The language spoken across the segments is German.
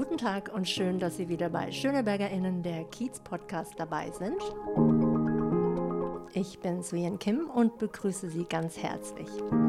Guten Tag und schön, dass Sie wieder bei SchönebergerInnen, der Kiez-Podcast, dabei sind. Ich bin Suyen Kim und begrüße Sie ganz herzlich.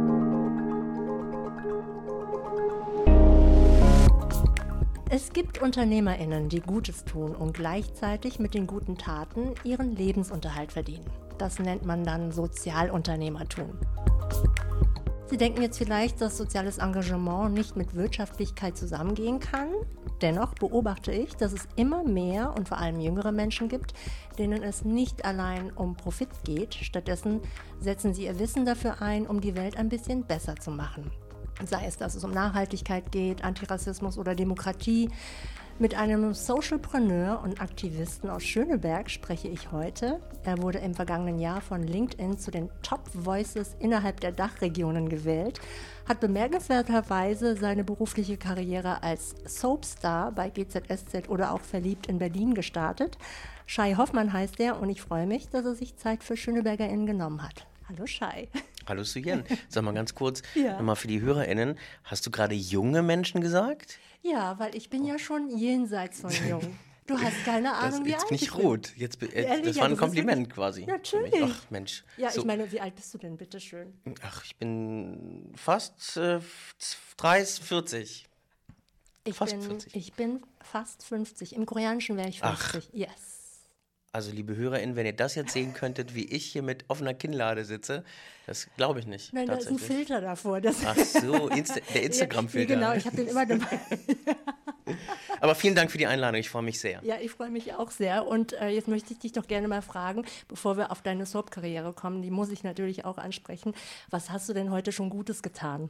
Es gibt UnternehmerInnen, die Gutes tun und gleichzeitig mit den guten Taten ihren Lebensunterhalt verdienen. Das nennt man dann Sozialunternehmertum. Sie denken jetzt vielleicht, dass soziales Engagement nicht mit Wirtschaftlichkeit zusammengehen kann. Dennoch beobachte ich, dass es immer mehr und vor allem jüngere Menschen gibt, denen es nicht allein um Profit geht. Stattdessen setzen sie ihr Wissen dafür ein, um die Welt ein bisschen besser zu machen. Sei es, dass es um Nachhaltigkeit geht, Antirassismus oder Demokratie. Mit einem Socialpreneur und Aktivisten aus Schöneberg spreche ich heute. Er wurde im vergangenen Jahr von LinkedIn zu den Top Voices innerhalb der Dachregionen gewählt, hat bemerkenswerterweise seine berufliche Karriere als Soapstar bei GZSZ oder auch Verliebt in Berlin gestartet. Shai Hoffmann heißt er und ich freue mich, dass er sich Zeit für SchönebergerInnen genommen hat. Hallo Shai. Hallo Suyen. Sag mal ganz kurz, Ja. nochmal für die HörerInnen, hast du gerade junge Menschen gesagt? Ja, weil ich bin ja schon jenseits von jung. Du hast keine Ahnung, wie alt jetzt bin ich rot. Das war ein Kompliment quasi. Natürlich. Ach Mensch. Ja, So. ich meine, wie alt bist du denn, bitteschön? Ach, ich bin fast 30, 40. Fast 40. Ich bin fast 50. Im Koreanischen wäre ich 50. Yes. Also liebe HörerInnen, wenn ihr das jetzt sehen könntet, wie ich hier mit offener Kinnlade sitze, das glaube ich nicht. Nein, da ist ein Filter davor. Ach so, der Instagram-Filter. Ja, genau, ich habe den immer dabei. Aber vielen Dank für die Einladung, ich freue mich sehr. Ja, ich freue mich auch sehr. Und jetzt möchte ich dich doch gerne mal fragen, bevor wir auf deine Soap-Karriere kommen, die muss ich natürlich auch ansprechen. Was hast du denn heute schon Gutes getan?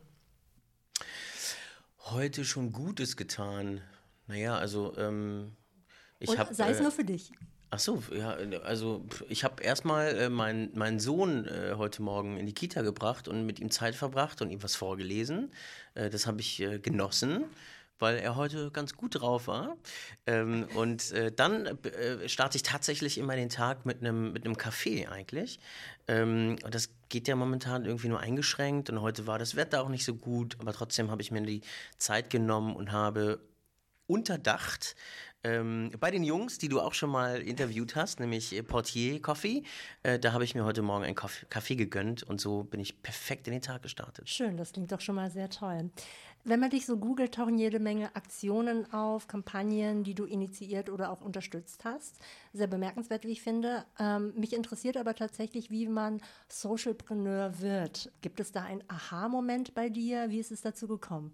Heute schon Gutes getan? Naja, also ich habe... Sei es nur für dich. Ach so, ja, also ich habe erstmal meinen Sohn heute Morgen in die Kita gebracht und mit ihm Zeit verbracht und ihm was vorgelesen. Das habe ich genossen, weil er heute ganz gut drauf war. Dann starte ich tatsächlich immer den Tag mit einem Kaffee eigentlich. Und das geht ja momentan irgendwie nur eingeschränkt und heute war das Wetter auch nicht so gut, aber trotzdem habe ich mir die Zeit genommen und habe unterdacht bei den Jungs, die du auch schon mal interviewt hast, nämlich Portier Coffee, da habe ich mir heute Morgen einen Kaffee gegönnt und so bin ich perfekt in den Tag gestartet. Schön, das klingt doch schon mal sehr toll. Wenn man dich so googelt, tauchen jede Menge Aktionen auf, Kampagnen, die du initiiert oder auch unterstützt hast. Sehr bemerkenswert, wie ich finde. Mich interessiert aber tatsächlich, wie man Socialpreneur wird. Gibt es da einen Aha-Moment bei dir? Wie ist es dazu gekommen?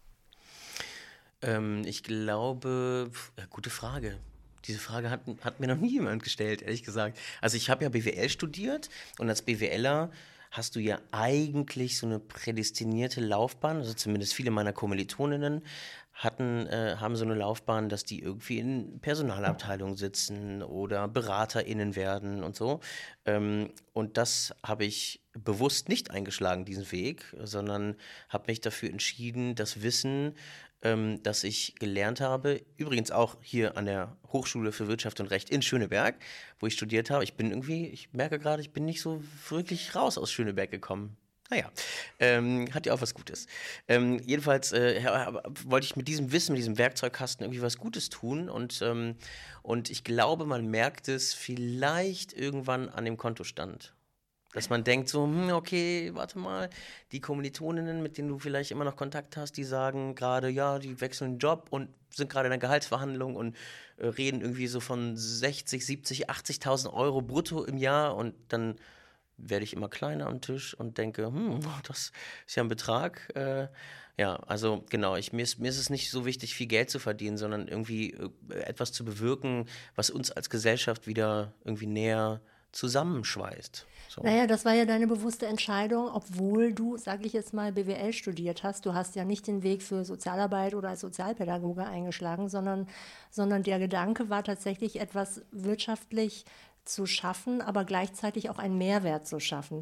Ich glaube, gute Frage. Diese Frage hat mir noch nie jemand gestellt, ehrlich gesagt. Also ich habe ja BWL studiert und als BWLer hast du ja eigentlich so eine prädestinierte Laufbahn, also zumindest viele meiner Kommilitoninnen haben so eine Laufbahn, dass die irgendwie in Personalabteilungen sitzen oder BeraterInnen werden und so. Und das habe ich bewusst nicht eingeschlagen, diesen Weg, sondern habe mich dafür entschieden, das Wissen, das ich gelernt habe, übrigens auch hier an der Hochschule für Wirtschaft und Recht in Schöneberg, wo ich studiert habe. Ich merke gerade, ich bin nicht so wirklich raus aus Schöneberg gekommen. Naja, hat ja auch was Gutes. Jedenfalls wollte ich mit diesem Wissen, mit diesem Werkzeugkasten irgendwie was Gutes tun und ich glaube, man merkt es vielleicht irgendwann an dem Kontostand. Dass man denkt so, okay, warte mal, die Kommilitoninnen, mit denen du vielleicht immer noch Kontakt hast, die sagen gerade, ja, die wechseln den Job und sind gerade in einer Gehaltsverhandlung und reden irgendwie so von 60, 70, 80.000 Euro brutto im Jahr und dann werde ich immer kleiner am Tisch und denke, das ist ja ein Betrag. Ja, also genau, mir ist es nicht so wichtig, viel Geld zu verdienen, sondern irgendwie etwas zu bewirken, was uns als Gesellschaft wieder irgendwie näher zusammenschweißt. So. Naja, das war ja deine bewusste Entscheidung, obwohl du, sage ich jetzt mal, BWL studiert hast. Du hast ja nicht den Weg für Sozialarbeit oder als Sozialpädagoge eingeschlagen, sondern der Gedanke war tatsächlich, etwas wirtschaftlich zu schaffen, aber gleichzeitig auch einen Mehrwert zu schaffen.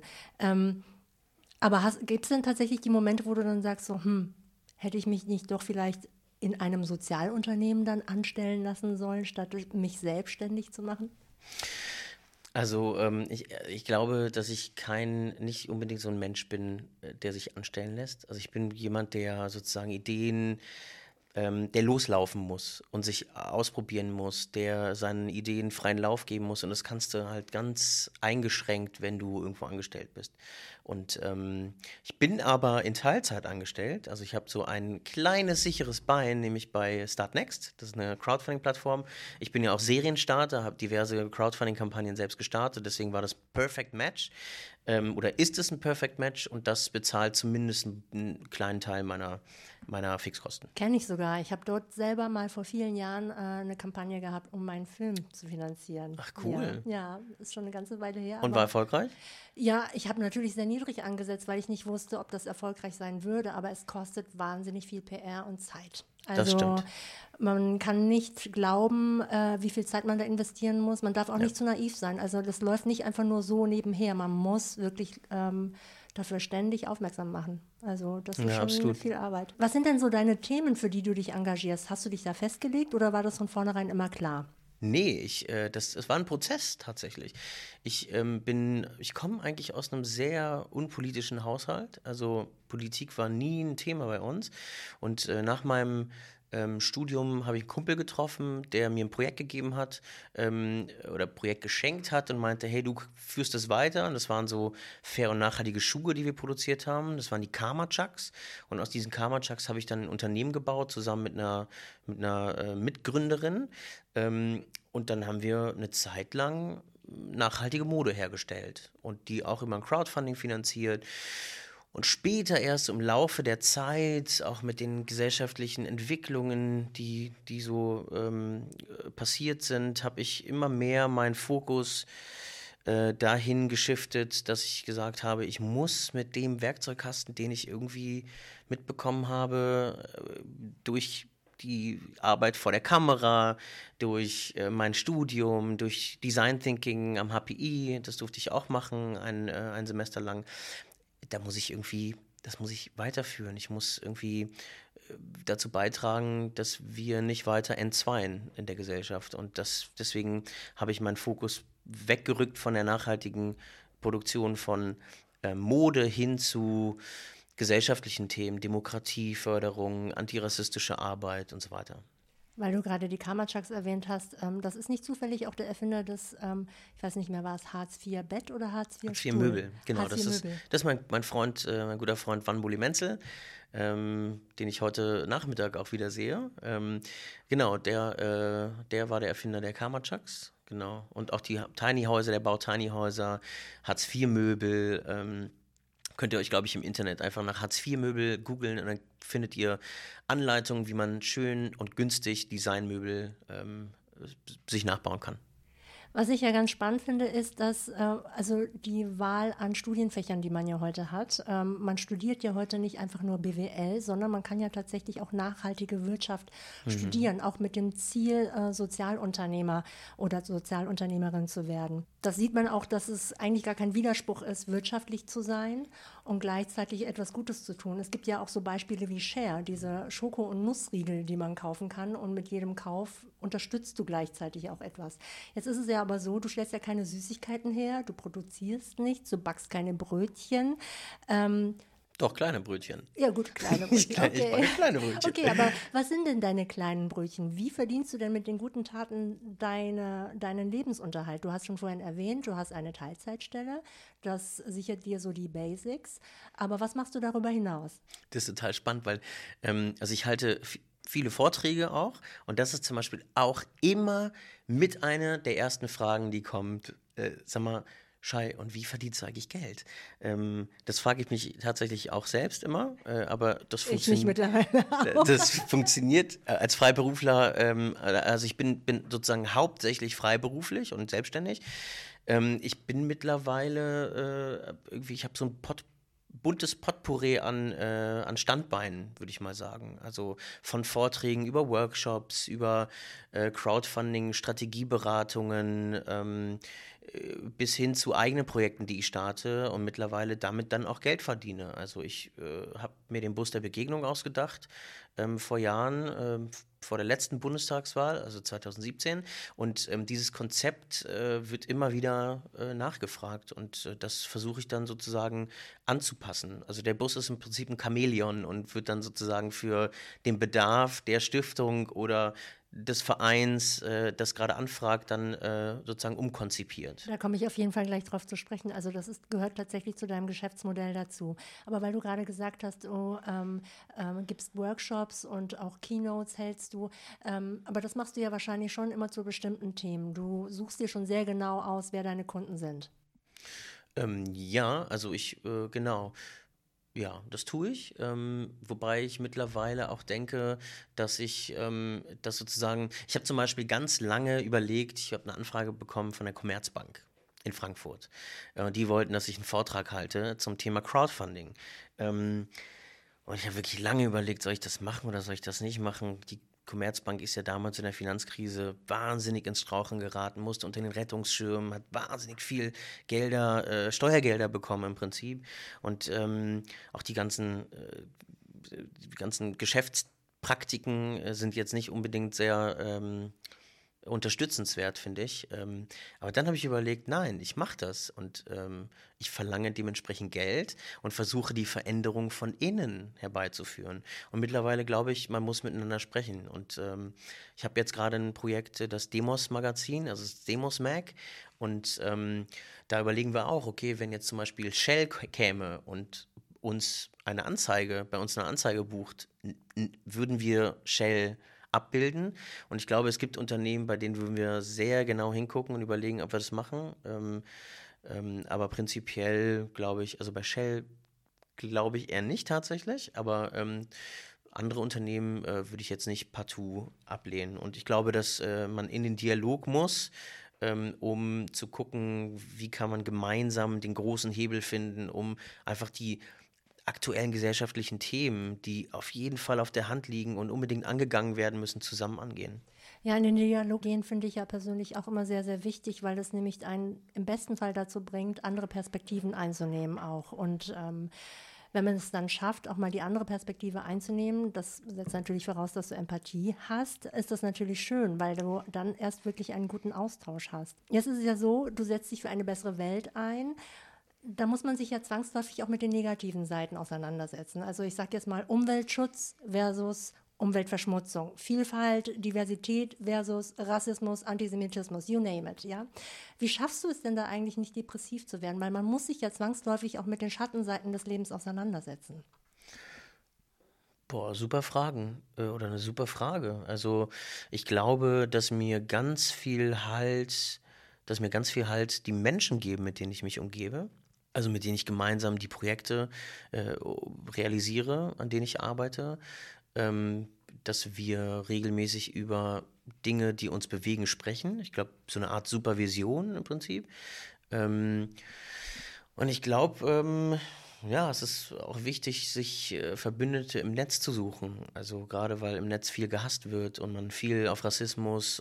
Aber gibt es denn tatsächlich die Momente, wo du dann sagst, so, hätte ich mich nicht doch vielleicht in einem Sozialunternehmen dann anstellen lassen sollen, statt mich selbstständig zu machen? Also ich glaube, dass ich nicht unbedingt so ein Mensch bin, der sich anstellen lässt. Also ich bin jemand, der sozusagen Ideen der loslaufen muss und sich ausprobieren muss, der seinen Ideen freien Lauf geben muss. Und das kannst du halt ganz eingeschränkt, wenn du irgendwo angestellt bist. Und ich bin aber in Teilzeit angestellt. Also ich habe so ein kleines, sicheres Bein, nämlich bei Startnext. Das ist eine Crowdfunding-Plattform. Ich bin ja auch Serienstarter, habe diverse Crowdfunding-Kampagnen selbst gestartet. Deswegen war das Perfect Match. Oder ist es ein Perfect Match? Und das bezahlt zumindest einen kleinen Teil meiner Fixkosten. Kenne ich sogar. Ich habe dort selber mal vor vielen Jahren eine Kampagne gehabt, um meinen Film zu finanzieren. Ach, cool. Ja, ist schon eine ganze Weile her. Und war erfolgreich? Ja, ich habe natürlich sehr niedrig angesetzt, weil ich nicht wusste, ob das erfolgreich sein würde, aber es kostet wahnsinnig viel PR und Zeit. Das stimmt. Man kann nicht glauben, wie viel Zeit man da investieren muss. Man darf auch nicht zu naiv sein. Also das läuft nicht einfach nur so nebenher. Man muss wirklich dafür ständig aufmerksam machen. Also das ist schon absolut. viel Arbeit. Was sind denn so deine Themen, für die du dich engagierst? Hast du dich da festgelegt oder war das von vornherein immer klar? Nee, es war ein Prozess tatsächlich. Ich komme eigentlich aus einem sehr unpolitischen Haushalt. Also Politik war nie ein Thema bei uns. Und nach meinem Studium habe ich einen Kumpel getroffen, der mir ein Projekt gegeben hat oder Projekt geschenkt hat und meinte, hey, du führst das weiter. Und das waren so fair und nachhaltige Schuhe, die wir produziert haben. Das waren die Karma Chucks. Und aus diesen Karma Chucks habe ich dann ein Unternehmen gebaut, zusammen mit einer Mitgründerin. Und dann haben wir eine Zeit lang nachhaltige Mode hergestellt und die auch über ein Crowdfunding finanziert. Und später erst im Laufe der Zeit, auch mit den gesellschaftlichen Entwicklungen, die so passiert sind, habe ich immer mehr meinen Fokus dahin geschiftet, dass ich gesagt habe, ich muss mit dem Werkzeugkasten, den ich irgendwie mitbekommen habe, durch die Arbeit vor der Kamera, durch mein Studium, durch Design Thinking am HPI, das durfte ich auch machen, ein Semester lang. Das muss ich weiterführen. Ich muss irgendwie dazu beitragen, dass wir nicht weiter entzweien in der Gesellschaft. Und deswegen habe ich meinen Fokus weggerückt von der nachhaltigen Produktion von Mode hin zu gesellschaftlichen Themen, Demokratieförderung, antirassistische Arbeit und so weiter. Weil du gerade die Karma Chucks erwähnt hast, das ist nicht zufällig auch der Erfinder des, ich weiß nicht mehr, war es Hartz-IV-Bett oder Hartz-IV-Stuhl? Hartz-IV-Möbel, genau. Hartz-IV Das ist mein guter Freund Wanbuli Menzel, den ich heute Nachmittag auch wieder sehe. Genau, der war der Erfinder der Karma Chucks, genau. Und auch die Tiny Häuser, der baut Tiny Häuser, Hartz-IV-Möbel, könnt ihr euch, glaube ich, im Internet einfach nach Hartz-IV-Möbel googeln und dann findet ihr Anleitungen, wie man schön und günstig Designmöbel sich nachbauen kann. Was ich ja ganz spannend finde, ist, dass also die Wahl an Studienfächern, die man ja heute hat, man studiert ja heute nicht einfach nur BWL, sondern man kann ja tatsächlich auch nachhaltige Wirtschaft studieren, auch mit dem Ziel, Sozialunternehmer oder Sozialunternehmerin zu werden. Das sieht man auch, dass es eigentlich gar kein Widerspruch ist, wirtschaftlich zu sein und gleichzeitig etwas Gutes zu tun. Es gibt ja auch so Beispiele wie Share, diese Schoko- und Nussriegel, die man kaufen kann und mit jedem Kauf unterstützt du gleichzeitig auch etwas. Jetzt ist es ja aber so, du stellst ja keine Süßigkeiten her, du produzierst nichts, du backst keine Brötchen. Doch, kleine Brötchen. Ja gut, kleine Brötchen. Ich backe kleine Brötchen. Okay, aber was sind denn deine kleinen Brötchen? Wie verdienst du denn mit den guten Taten deinen Lebensunterhalt? Du hast schon vorhin erwähnt, du hast eine Teilzeitstelle, das sichert dir so die Basics. Aber was machst du darüber hinaus? Das ist total spannend, weil also ich halte viele Vorträge auch und das ist zum Beispiel auch immer mit einer der ersten Fragen, die kommt. Sag mal, Shai, und wie verdienst du eigentlich Geld? Das frage ich mich tatsächlich auch selbst immer, aber das funktioniert. Ich nicht mittlerweile auch. Das funktioniert als Freiberufler. Also ich bin sozusagen hauptsächlich freiberuflich und selbstständig. Ich bin mittlerweile irgendwie, ich habe so ein buntes Potpourri an Standbeinen, würde ich mal sagen. Also von Vorträgen über Workshops, über Crowdfunding, Strategieberatungen, bis hin zu eigenen Projekten, die ich starte und mittlerweile damit dann auch Geld verdiene. Also ich habe mir den Bus der Begegnung ausgedacht vor Jahren, vor der letzten Bundestagswahl, also 2017. Und dieses Konzept wird immer wieder nachgefragt und das versuche ich dann sozusagen anzupassen. Also der Bus ist im Prinzip ein Chamäleon und wird dann sozusagen für den Bedarf der Stiftung oder des Vereins, das gerade anfragt, dann sozusagen umkonzipiert. Da komme ich auf jeden Fall gleich drauf zu sprechen. Also das gehört tatsächlich zu deinem Geschäftsmodell dazu. Aber weil du gerade gesagt hast, du gibst Workshops und auch Keynotes hältst du, aber das machst du ja wahrscheinlich schon immer zu bestimmten Themen. Du suchst dir schon sehr genau aus, wer deine Kunden sind. Ja, also genau. Ja, das tue ich, wobei ich mittlerweile auch denke, dass das sozusagen, ich habe zum Beispiel ganz lange überlegt, ich habe eine Anfrage bekommen von der Commerzbank in Frankfurt. Die wollten, dass ich einen Vortrag halte zum Thema Crowdfunding. Und ich habe wirklich lange überlegt, soll ich das machen oder soll ich das nicht machen? Die Commerzbank ist ja damals in der Finanzkrise wahnsinnig ins Straucheln geraten, musste unter den Rettungsschirmen, hat wahnsinnig viel Steuergelder bekommen im Prinzip. Und auch die ganzen Geschäftspraktiken sind jetzt nicht unbedingt sehr unterstützenswert, finde ich. Aber dann habe ich überlegt, nein, ich mache das und ich verlange dementsprechend Geld und versuche die Veränderung von innen herbeizuführen. Und mittlerweile glaube ich, man muss miteinander sprechen. Und ich habe jetzt gerade ein Projekt, das Demos-Magazin, also das Demos-Mag. Und da überlegen wir auch, okay, wenn jetzt zum Beispiel Shell käme und bei uns eine Anzeige bucht, würden wir Shell abbilden. Und ich glaube, es gibt Unternehmen, bei denen würden wir sehr genau hingucken und überlegen, ob wir das machen. Aber prinzipiell glaube ich, also bei Shell glaube ich eher nicht tatsächlich, aber andere Unternehmen würde ich jetzt nicht partout ablehnen. Und ich glaube, dass man in den Dialog muss, um zu gucken, wie kann man gemeinsam den großen Hebel finden, um einfach die aktuellen gesellschaftlichen Themen, die auf jeden Fall auf der Hand liegen und unbedingt angegangen werden müssen, zusammen angehen. Ja, in den Dialog gehen finde ich ja persönlich auch immer sehr, sehr wichtig, weil das nämlich einen im besten Fall dazu bringt, andere Perspektiven einzunehmen auch. Und wenn man es dann schafft, auch mal die andere Perspektive einzunehmen, das setzt natürlich voraus, dass du Empathie hast, ist das natürlich schön, weil du dann erst wirklich einen guten Austausch hast. Jetzt ist es ja so, du setzt dich für eine bessere Welt ein. Da muss man sich ja zwangsläufig auch mit den negativen Seiten auseinandersetzen. Also ich sage jetzt mal Umweltschutz versus Umweltverschmutzung, Vielfalt, Diversität versus Rassismus, Antisemitismus, you name it, ja. Wie schaffst du es denn da eigentlich nicht depressiv zu werden? Weil man muss sich ja zwangsläufig auch mit den Schattenseiten des Lebens auseinandersetzen. Boah, super Fragen oder eine super Frage. Also ich glaube, dass mir ganz viel Halt die Menschen geben, mit denen ich mich umgebe. Also mit denen ich gemeinsam die Projekte realisiere, an denen ich arbeite, dass wir regelmäßig über Dinge, die uns bewegen, sprechen. Ich glaube, so eine Art Supervision im Prinzip. Und ich glaube, ja, es ist auch wichtig, sich Verbündete im Netz zu suchen. Also gerade weil im Netz viel gehasst wird und man viel auf Rassismus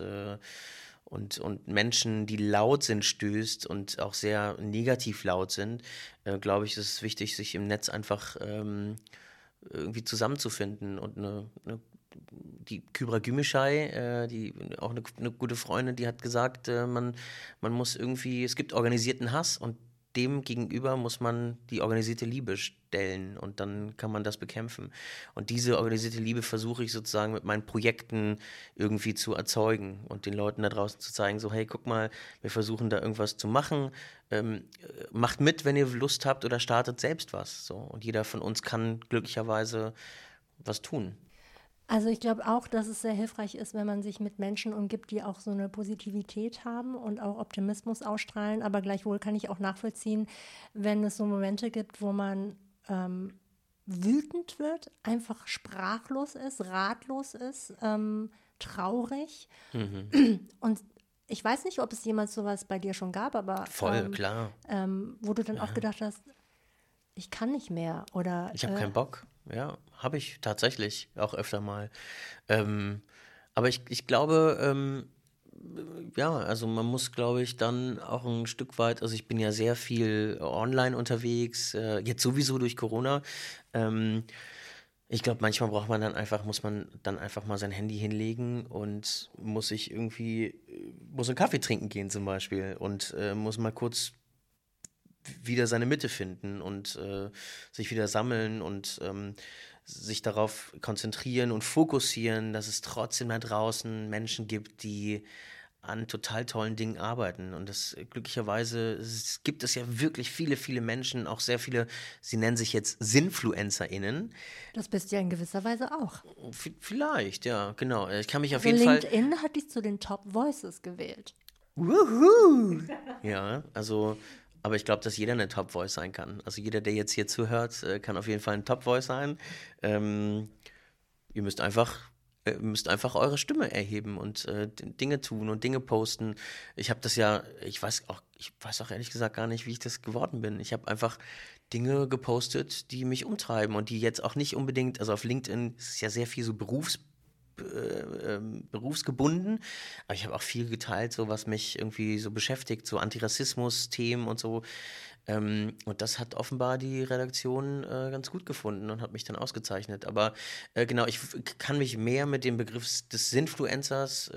und Menschen, die laut sind, stößt und auch sehr negativ laut sind, glaube ich, ist es wichtig, sich im Netz einfach irgendwie zusammenzufinden. Und die Kübra Gümüşay, die auch eine gute Freundin, die hat gesagt, man muss irgendwie, es gibt organisierten Hass und dem gegenüber muss man die organisierte Liebe stellen und dann kann man das bekämpfen. Und diese organisierte Liebe versuche ich sozusagen mit meinen Projekten irgendwie zu erzeugen und den Leuten da draußen zu zeigen, so hey, guck mal, wir versuchen da irgendwas zu machen, macht mit, wenn ihr Lust habt oder startet selbst was. So. Und jeder von uns kann glücklicherweise was tun. Also ich glaube auch, dass es sehr hilfreich ist, wenn man sich mit Menschen umgibt, die auch so eine Positivität haben und auch Optimismus ausstrahlen. Aber gleichwohl kann ich auch nachvollziehen, wenn es so Momente gibt, wo man wütend wird, einfach sprachlos ist, ratlos ist, traurig. Und ich weiß nicht, ob es jemals sowas bei dir schon gab, aber Voll, klar. wo du dann auch gedacht hast, ich kann nicht mehr oder Ich habe keinen Bock. Ja, habe ich tatsächlich auch öfter mal. Aber ich glaube, ja, also man muss, glaube ich, dann auch ein Stück weit, also ich bin ja sehr viel online unterwegs, jetzt sowieso durch Corona. Ähm, Ich glaube, manchmal muss man dann einfach mal sein Handy hinlegen und muss einen Kaffee trinken gehen zum Beispiel und muss mal kurz wieder seine Mitte finden und sich wieder sammeln und sich darauf konzentrieren und fokussieren, dass es trotzdem da draußen Menschen gibt, die an total tollen Dingen arbeiten. Und das glücklicherweise gibt es ja wirklich viele, viele Menschen, auch sehr viele, sie nennen sich jetzt SinfluencerInnen. Das bist du ja in gewisser Weise auch. Vielleicht, ja, genau. Ich kann mich auf Also jeden Fall. LinkedIn hat dich zu den Top Voices gewählt. Wuhu! Ja, also, aber ich glaube, dass jeder eine Top-Voice sein kann. Also jeder, der jetzt hier zuhört, kann auf jeden Fall ein Top-Voice sein. Ähm, Ihr müsst einfach eure Stimme erheben und Dinge tun und Dinge posten. Ich weiß auch ehrlich gesagt gar nicht, wie ich das geworden bin. Ich habe einfach Dinge gepostet, die mich umtreiben und die jetzt auch nicht unbedingt, also auf LinkedIn ist es ja sehr viel so berufsgebunden, aber ich habe auch viel geteilt, so was mich irgendwie so beschäftigt, so Antirassismus-Themen und so. Und das hat offenbar die Redaktion ganz gut gefunden und hat mich dann ausgezeichnet. Aber genau, kann mich mehr mit dem Begriff des Sinfluencers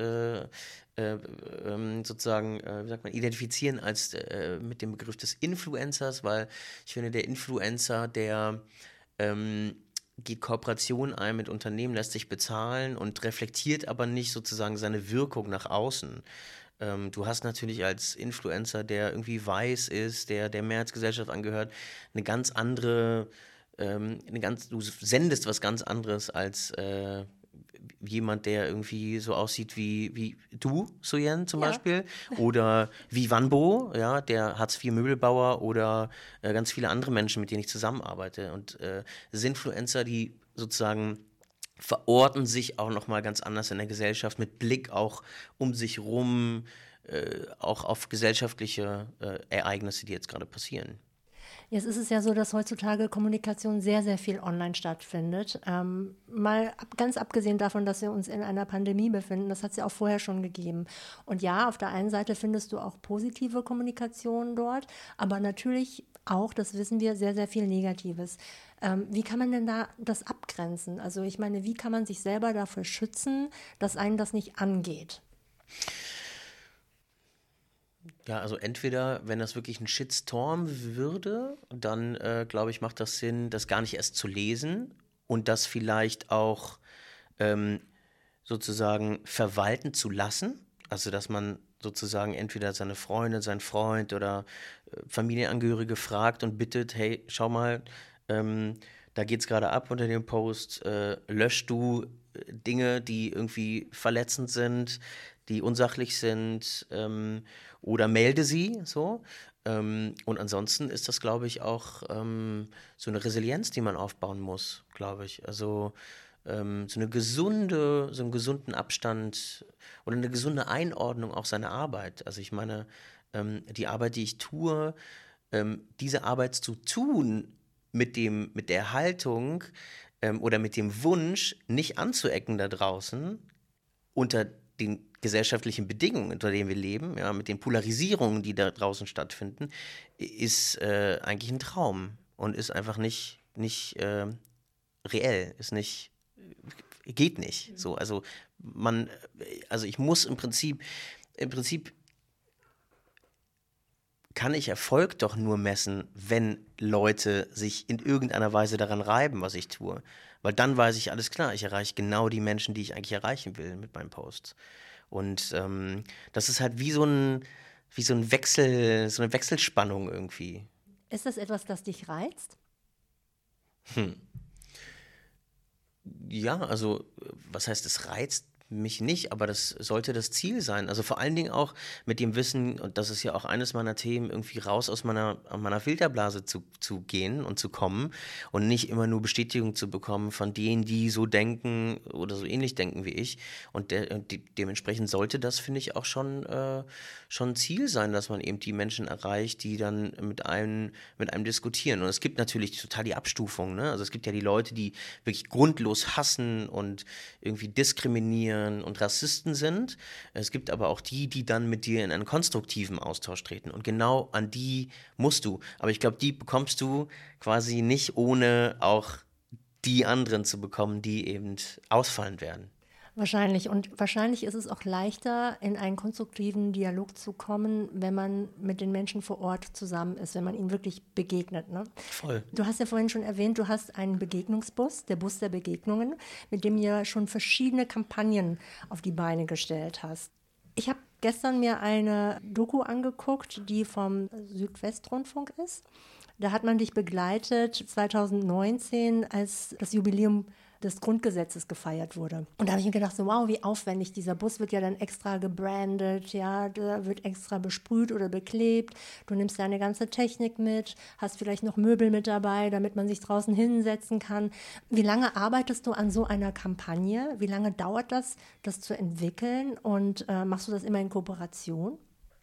sozusagen, wie sagt man, identifizieren als mit dem Begriff des Influencers, weil ich finde, der Influencer, der geht Kooperationen ein mit Unternehmen, lässt sich bezahlen und reflektiert aber nicht sozusagen seine Wirkung nach außen. Du hast natürlich als Influencer, der irgendwie weiß ist, der Mehrheitsgesellschaft angehört, eine ganz andere, du sendest was ganz anderes als jemand, der irgendwie so aussieht wie du, Soyen zum Ja. Beispiel, oder wie Wanbo, ja, der Hartz-IV-Möbelbauer oder ganz viele andere Menschen, mit denen ich zusammenarbeite. Und Influencer, die sozusagen verorten sich auch nochmal ganz anders in der Gesellschaft, mit Blick auch um sich rum, auch auf gesellschaftliche Ereignisse, die jetzt gerade passieren. Jetzt ist es ja so, dass heutzutage Kommunikation sehr, sehr viel online stattfindet. Ganz abgesehen davon, dass wir uns in einer Pandemie befinden, das hat es ja auch vorher schon gegeben. Und ja, auf der einen Seite findest du auch positive Kommunikation dort, aber natürlich auch, das wissen wir, sehr, sehr viel Negatives. Wie kann man denn da das abgrenzen? Also ich meine, wie kann man sich selber dafür schützen, dass einen das nicht angeht? Ja, also entweder, wenn das wirklich ein Shitstorm würde, dann glaube ich, macht das Sinn, das gar nicht erst zu lesen und das vielleicht auch ähm, sozusagen verwalten zu lassen. Also, dass man sozusagen entweder seine Freundin, seinen Freund oder Familienangehörige fragt und bittet, hey, schau mal, da geht's gerade ab unter dem Post, löschst du Dinge, die irgendwie verletzend sind, die unsachlich sind, oder melde sie so. Und ansonsten ist das, glaube ich, auch so eine Resilienz, die man aufbauen muss, glaube ich. Also so einen gesunden Abstand oder eine gesunde Einordnung auch seiner Arbeit. Also ich meine, die Arbeit, die ich tue, diese Arbeit zu tun mit der Haltung oder mit dem Wunsch, nicht anzuecken da draußen, unter den gesellschaftlichen Bedingungen, unter denen wir leben, ja, mit den Polarisierungen, die da draußen stattfinden, ist eigentlich ein Traum und ist einfach nicht reell, geht nicht. So, also ich muss im Prinzip kann ich Erfolg doch nur messen, wenn Leute sich in irgendeiner Weise daran reiben, was ich tue. Weil dann weiß ich, alles klar, ich erreiche genau die Menschen, die ich eigentlich erreichen will mit meinen Posts. Und das ist halt wie so ein Wechsel, so eine Wechselspannung irgendwie. Ist das etwas, das dich reizt? Ja, also was heißt, es reizt mich nicht, aber das sollte das Ziel sein. Also vor allen Dingen auch mit dem Wissen, und das ist ja auch eines meiner Themen, irgendwie raus aus meiner Filterblase zu gehen und zu kommen und nicht immer nur Bestätigung zu bekommen von denen, die so denken oder so ähnlich denken wie ich. Und dementsprechend sollte das, finde ich, auch schon ein Ziel sein, dass man eben die Menschen erreicht, die dann mit einem diskutieren. Und es gibt natürlich total die Abstufung, ne? Also es gibt ja die Leute, die wirklich grundlos hassen und irgendwie diskriminieren und Rassisten sind. Es gibt aber auch die, die dann mit dir in einen konstruktiven Austausch treten. Und genau an die musst du. Aber ich glaube, die bekommst du quasi nicht, ohne auch die anderen zu bekommen, die eben ausfallen werden. Wahrscheinlich. Und wahrscheinlich ist es auch leichter, in einen konstruktiven Dialog zu kommen, wenn man mit den Menschen vor Ort zusammen ist, wenn man ihnen wirklich begegnet. Ne? Voll. Du hast ja vorhin schon erwähnt, du hast einen Begegnungsbus, der Bus der Begegnungen, mit dem ihr schon verschiedene Kampagnen auf die Beine gestellt hast. Ich habe gestern mir eine Doku angeguckt, die vom Südwestrundfunk ist. Da hat man dich begleitet 2019, als das Jubiläum des Grundgesetzes gefeiert wurde. Und da habe ich mir gedacht, so wow, wie aufwendig. Dieser Bus wird ja dann extra gebrandet, ja, da wird extra besprüht oder beklebt. Du nimmst deine ganze Technik mit, hast vielleicht noch Möbel mit dabei, damit man sich draußen hinsetzen kann. Wie lange arbeitest du an so einer Kampagne? Wie lange dauert das, das zu entwickeln? Und machst du das immer in Kooperation?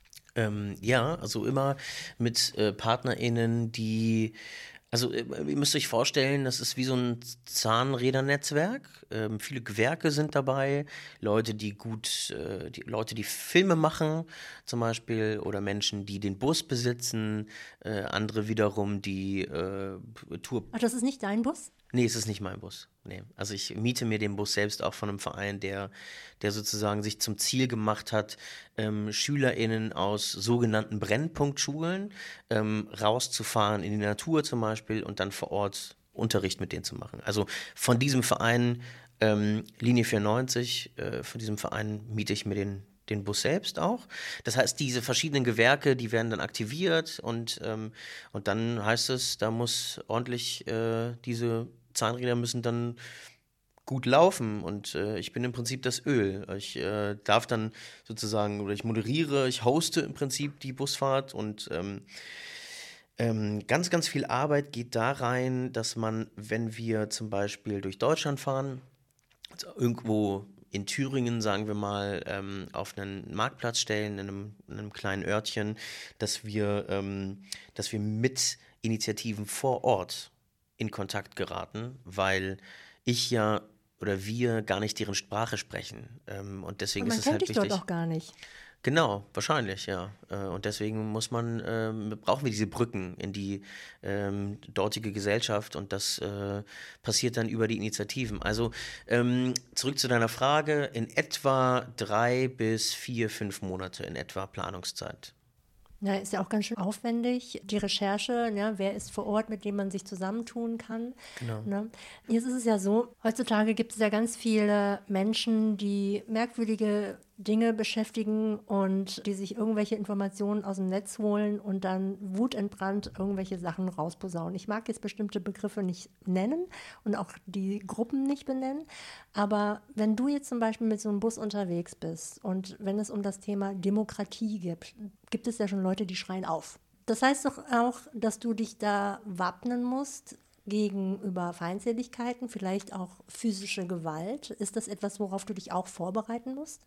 Ja, also immer mit PartnerInnen, die, also ihr müsst euch vorstellen, das ist wie so ein Zahnrädernetzwerk. Viele Gewerke sind dabei, Leute, die Filme machen zum Beispiel, oder Menschen, die den Bus besitzen, andere wiederum, die Tour. Ach, das ist nicht dein Bus? Nee, es ist nicht mein Bus. Nee. Also ich miete mir den Bus selbst auch von einem Verein, der sozusagen sich zum Ziel gemacht hat, SchülerInnen aus sogenannten Brennpunktschulen rauszufahren in die Natur zum Beispiel und dann vor Ort Unterricht mit denen zu machen. Also von diesem Verein Linie 94, von diesem Verein miete ich mir den Bus selbst auch. Das heißt, diese verschiedenen Gewerke, die werden dann aktiviert und dann heißt es, da muss ordentlich, diese Zahnräder müssen dann gut laufen und ich bin im Prinzip das Öl. Ich darf dann sozusagen, oder ich moderiere, ich hoste im Prinzip die Busfahrt und ganz, ganz viel Arbeit geht da rein, dass man, wenn wir zum Beispiel durch Deutschland fahren, also irgendwo in Thüringen, sagen wir mal, auf einen Marktplatz stellen, in einem kleinen Örtchen, dass wir mit Initiativen vor Ort in Kontakt geraten, weil ich ja oder wir gar nicht deren Sprache sprechen. Und deswegen Und man ist es kennt halt dich wichtig. dort auch gar nicht. Genau, wahrscheinlich, ja. Und deswegen brauchen wir diese Brücken in die dortige Gesellschaft und das passiert dann über die Initiativen. Also zurück zu deiner Frage, in etwa 3 bis 4, 5 Monate in etwa Planungszeit. Ja, ist ja auch ganz schön aufwendig, die Recherche, ja, wer ist vor Ort, mit dem man sich zusammentun kann. Genau. Ne? Jetzt ist es ja so, heutzutage gibt es ja ganz viele Menschen, die merkwürdige Dinge beschäftigen und die sich irgendwelche Informationen aus dem Netz holen und dann wutentbrannt irgendwelche Sachen rausposaunen. Ich mag jetzt bestimmte Begriffe nicht nennen und auch die Gruppen nicht benennen, aber wenn du jetzt zum Beispiel mit so einem Bus unterwegs bist und wenn es um das Thema Demokratie geht, gibt es ja schon Leute, die schreien auf. Das heißt doch auch, dass du dich da wappnen musst gegenüber Feindseligkeiten, vielleicht auch physische Gewalt. Ist das etwas, worauf du dich auch vorbereiten musst?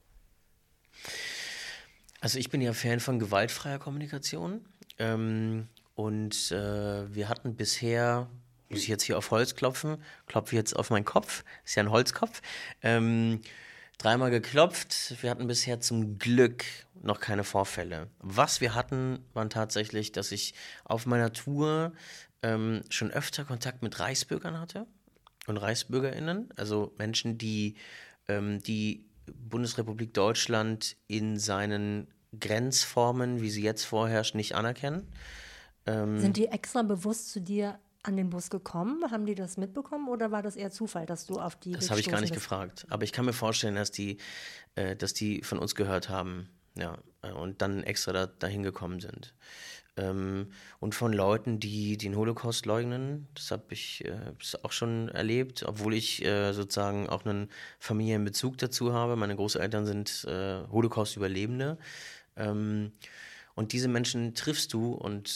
Also ich bin ja Fan von gewaltfreier Kommunikation und wir hatten bisher, muss ich jetzt hier auf Holz klopfen, klopfe jetzt auf meinen Kopf, ist ja ein Holzkopf, 3-mal geklopft, wir hatten bisher zum Glück noch keine Vorfälle. Was wir hatten, waren tatsächlich, dass ich auf meiner Tour schon öfter Kontakt mit Reichsbürgern hatte und ReichsbürgerInnen, also Menschen, die die Bundesrepublik Deutschland in seinen Grenzformen, wie sie jetzt vorherrscht, nicht anerkennen. Sind die extra bewusst zu dir an den Bus gekommen? Haben die das mitbekommen oder war das eher Zufall, dass du auf die Das habe ich gar nicht gestoßen bist? gefragt. Aber ich kann mir vorstellen, dass die von uns gehört haben, ja, und dann extra dahin gekommen sind. Und von Leuten, die den Holocaust leugnen, das habe ich auch schon erlebt, obwohl ich sozusagen auch einen familiären Bezug dazu habe. Meine Großeltern sind Holocaust-Überlebende. Und diese Menschen triffst du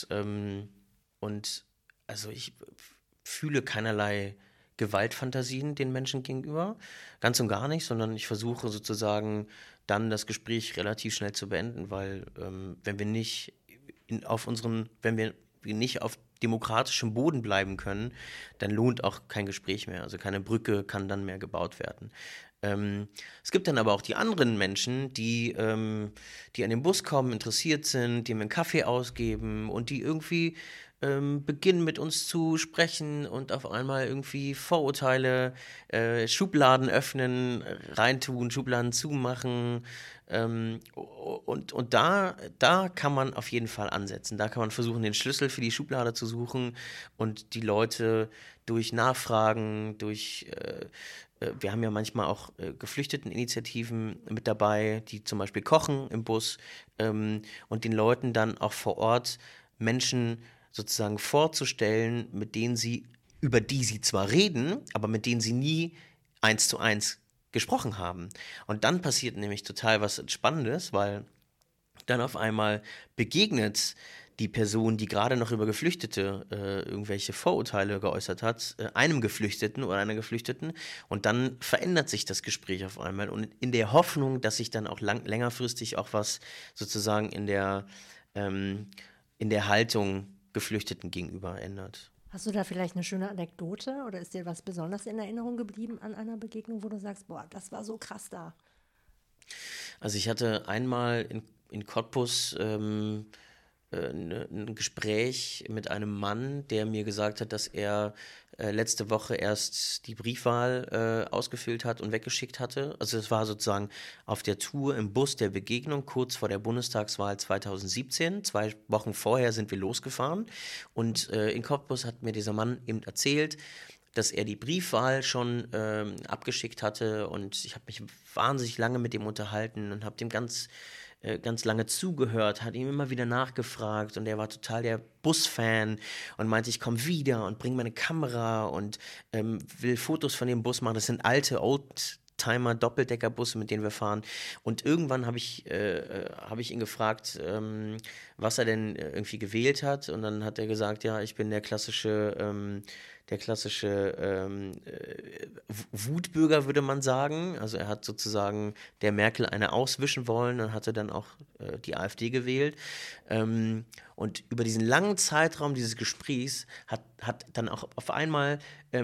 und also ich fühle keinerlei Gewaltfantasien den Menschen gegenüber, ganz und gar nicht, sondern ich versuche sozusagen dann das Gespräch relativ schnell zu beenden, weil wenn wir nicht wenn wir nicht auf demokratischem Boden bleiben können, dann lohnt auch kein Gespräch mehr. Also keine Brücke kann dann mehr gebaut werden. Es gibt dann aber auch die anderen Menschen, die an den Bus kommen, interessiert sind, die mir einen Kaffee ausgeben und die irgendwie beginnen mit uns zu sprechen und auf einmal irgendwie Vorurteile, Schubladen öffnen, reintun, Schubladen zumachen. Und da kann man auf jeden Fall ansetzen. Da kann man versuchen, den Schlüssel für die Schublade zu suchen und die Leute durch Nachfragen, wir haben ja manchmal auch Geflüchteteninitiativen mit dabei, die zum Beispiel kochen im Bus und den Leuten dann auch vor Ort Menschen sozusagen vorzustellen, über die sie zwar reden, aber mit denen sie nie 1:1 gesprochen haben. Und dann passiert nämlich total was Spannendes, weil dann auf einmal begegnet die Person, die gerade noch über Geflüchtete irgendwelche Vorurteile geäußert hat, einem Geflüchteten oder einer Geflüchteten, und dann verändert sich das Gespräch auf einmal und in der Hoffnung, dass sich dann auch längerfristig auch was sozusagen in der Haltung Geflüchteten gegenüber ändert. Hast du da vielleicht eine schöne Anekdote oder ist dir was besonders in Erinnerung geblieben an einer Begegnung, wo du sagst, boah, das war so krass da? Also ich hatte einmal in Cottbus ein Gespräch mit einem Mann, der mir gesagt hat, dass er letzte Woche erst die Briefwahl ausgefüllt hat und weggeschickt hatte. Also es war sozusagen auf der Tour im Bus der Begegnung kurz vor der Bundestagswahl 2017. 2 Wochen vorher sind wir losgefahren und in Cottbus hat mir dieser Mann eben erzählt, dass er die Briefwahl schon abgeschickt hatte, und ich habe mich wahnsinnig lange mit ihm unterhalten und habe dem ganz lange zugehört, hat ihm immer wieder nachgefragt, und er war total der Busfan und meinte, ich komme wieder und bringe meine Kamera und will Fotos von dem Bus machen. Das sind alte Oldtimer Doppeldeckerbusse, mit denen wir fahren. Und irgendwann habe ich ihn gefragt, was er denn irgendwie gewählt hat, und dann hat er gesagt, ja, ich bin der klassische Wutbürger, würde man sagen. Also er hat sozusagen der Merkel eine auswischen wollen und hatte dann auch die AfD gewählt. Und über diesen langen Zeitraum dieses Gesprächs hat dann auch auf einmal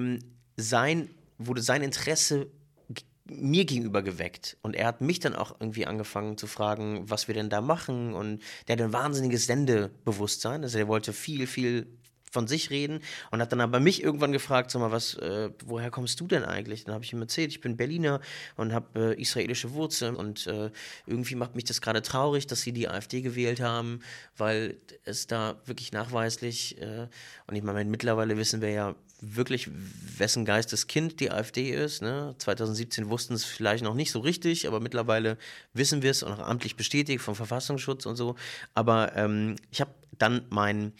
wurde sein Interesse mir gegenüber geweckt. Und er hat mich dann auch irgendwie angefangen zu fragen, was wir denn da machen. Und der hat ein wahnsinniges Sendebewusstsein. Also der wollte viel, viel von sich reden und hat dann aber mich irgendwann gefragt, sag mal, woher kommst du denn eigentlich? Dann habe ich ihm erzählt, ich bin Berliner und habe israelische Wurzeln und irgendwie macht mich das gerade traurig, dass sie die AfD gewählt haben, weil es da wirklich nachweislich, und ich meine, mittlerweile wissen wir ja wirklich, wessen Geisteskind die AfD ist. Ne? 2017 wussten es vielleicht noch nicht so richtig, aber mittlerweile wissen wir es und auch amtlich bestätigt vom Verfassungsschutz und so. Aber ich habe dann meine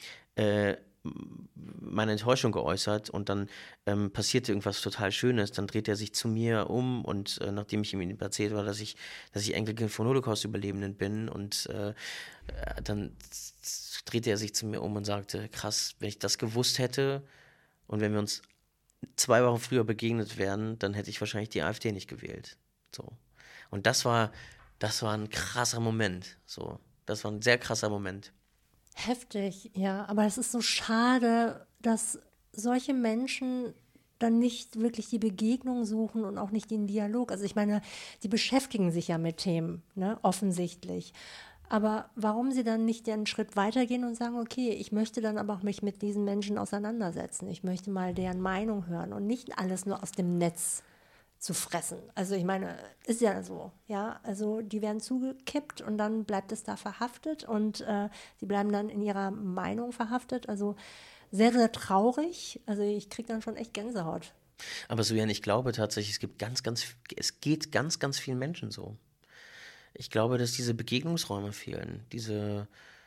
Enttäuschung geäußert und dann passierte irgendwas total Schönes. Dann dreht er sich zu mir um und nachdem ich ihm erzählt war, dass ich Enkelkind von Holocaust-Überlebenden bin, und dann drehte er sich zu mir um und sagte, krass, wenn ich das gewusst hätte und wenn wir uns 2 Wochen früher begegnet wären, dann hätte ich wahrscheinlich die AfD nicht gewählt. So. Und das war ein krasser Moment. So. Das war ein sehr krasser Moment. Heftig, ja, aber es ist so schade, dass solche Menschen dann nicht wirklich die Begegnung suchen und auch nicht den Dialog. Also ich meine, die beschäftigen sich ja mit Themen, ne, offensichtlich. Aber warum sie dann nicht einen Schritt weitergehen und sagen, okay, ich möchte dann aber auch mich mit diesen Menschen auseinandersetzen. Ich möchte mal deren Meinung hören und nicht alles nur aus dem Netz zu fressen. Also ich meine, ist ja so, ja, also die werden zugekippt und dann bleibt es da verhaftet und die bleiben dann in ihrer Meinung verhaftet, also sehr, sehr traurig, also ich kriege dann schon echt Gänsehaut. Aber Sujan, ich glaube tatsächlich, es geht ganz, ganz vielen Menschen so. Ich glaube, dass diese Begegnungsräume fehlen, diese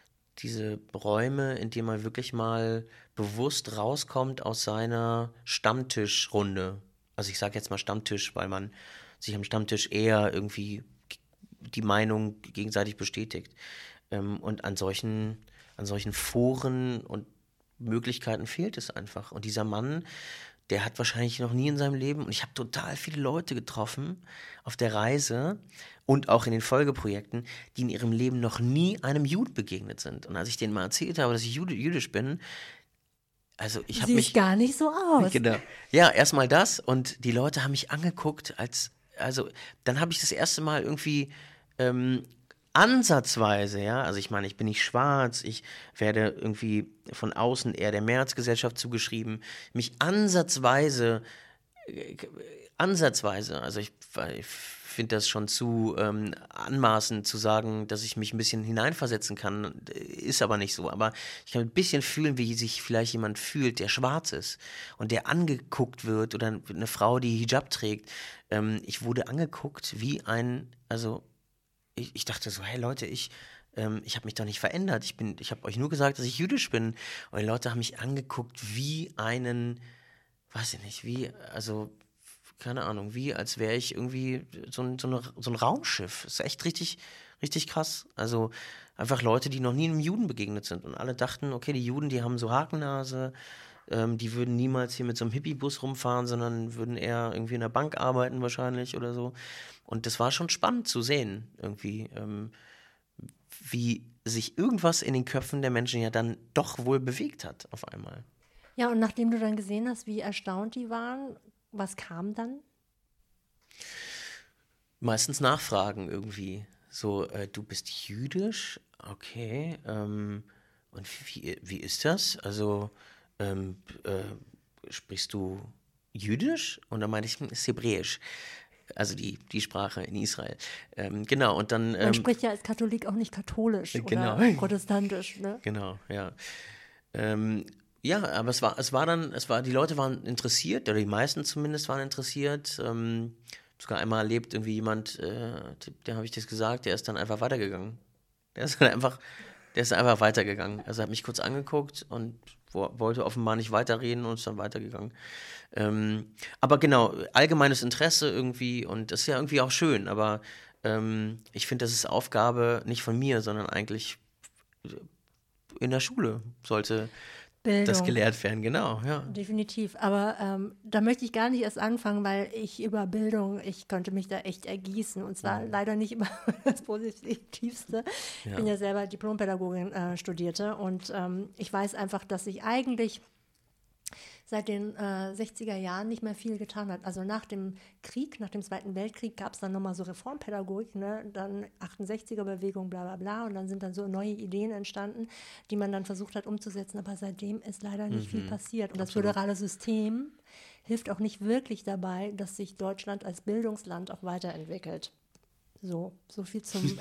Räume, in denen man wirklich mal bewusst rauskommt aus seiner Stammtischrunde. Also ich sage jetzt mal Stammtisch, weil man sich am Stammtisch eher irgendwie die Meinung gegenseitig bestätigt. Und an solchen Foren und Möglichkeiten fehlt es einfach. Und dieser Mann, der hat wahrscheinlich noch nie in seinem Leben, und ich habe total viele Leute getroffen auf der Reise und auch in den Folgeprojekten, die in ihrem Leben noch nie einem Juden begegnet sind. Und als ich denen mal erzählt habe, dass ich jüdisch bin, also ich habe Siehst mich, gar nicht so aus. genau, ja, erstmal das und die Leute haben mich angeguckt also dann habe ich das erste Mal irgendwie ähm, ansatzweise, ja, also ich meine, ich bin nicht schwarz, ich werde irgendwie von außen eher der Mehrheitsgesellschaft zugeschrieben, mich ansatzweise, also ich finde das schon zu anmaßend zu sagen, dass ich mich ein bisschen hineinversetzen kann, ist aber nicht so. Aber ich kann ein bisschen fühlen, wie sich vielleicht jemand fühlt, der schwarz ist und der angeguckt wird oder eine Frau, die Hijab trägt. Ich wurde angeguckt also ich dachte so, hey Leute, ich habe mich doch nicht verändert. Ich habe euch nur gesagt, dass ich jüdisch bin. Und die Leute haben mich angeguckt weiß ich nicht, also keine Ahnung, als wäre ich irgendwie so ein Raumschiff. Das ist echt richtig, richtig krass. Also einfach Leute, die noch nie einem Juden begegnet sind und alle dachten, okay, die Juden, die haben so Hakennase, die würden niemals hier mit so einem Hippie-Bus rumfahren, sondern würden eher irgendwie in der Bank arbeiten wahrscheinlich oder so. Und das war schon spannend zu sehen, irgendwie, wie sich irgendwas in den Köpfen der Menschen ja dann doch wohl bewegt hat auf einmal. Ja, und nachdem du dann gesehen hast, wie erstaunt die waren, was kam dann? Meistens Nachfragen irgendwie. So, du bist jüdisch? Okay. Und wie ist das? Also, sprichst du Jüdisch? Und dann meinte ich, ist Hebräisch. Also die Sprache in Israel. Genau, und dann. Man spricht ja als Katholik auch nicht katholisch genau. oder protestantisch, ne? Genau, ja. Ja, aber die Leute waren interessiert, oder die meisten zumindest waren interessiert. Sogar einmal erlebt irgendwie jemand, der habe ich das gesagt, der ist dann einfach weitergegangen. Der ist einfach weitergegangen. Also er hat mich kurz angeguckt und wollte offenbar nicht weiterreden und ist dann weitergegangen. Aber genau, allgemeines Interesse irgendwie und das ist ja irgendwie auch schön, aber ich finde, das ist Aufgabe nicht von mir, sondern eigentlich in der Schule sollte Bildung. das gelehrt werden, genau, ja. Definitiv, aber da möchte ich gar nicht erst anfangen, weil ich konnte mich da echt ergießen und zwar leider nicht immer das Positivste. Ich bin ja selber Diplompädagogin studierte und ich weiß einfach, dass ich eigentlich seit den 60er Jahren nicht mehr viel getan hat. Also nach dem Krieg, nach dem Zweiten Weltkrieg gab es dann nochmal so Reformpädagogik, ne? Dann 68er-Bewegung, bla bla bla und dann sind dann so neue Ideen entstanden, die man dann versucht hat umzusetzen, aber seitdem ist leider nicht viel passiert. Und das föderale System hilft auch nicht wirklich dabei, dass sich Deutschland als Bildungsland auch weiterentwickelt. So viel zum...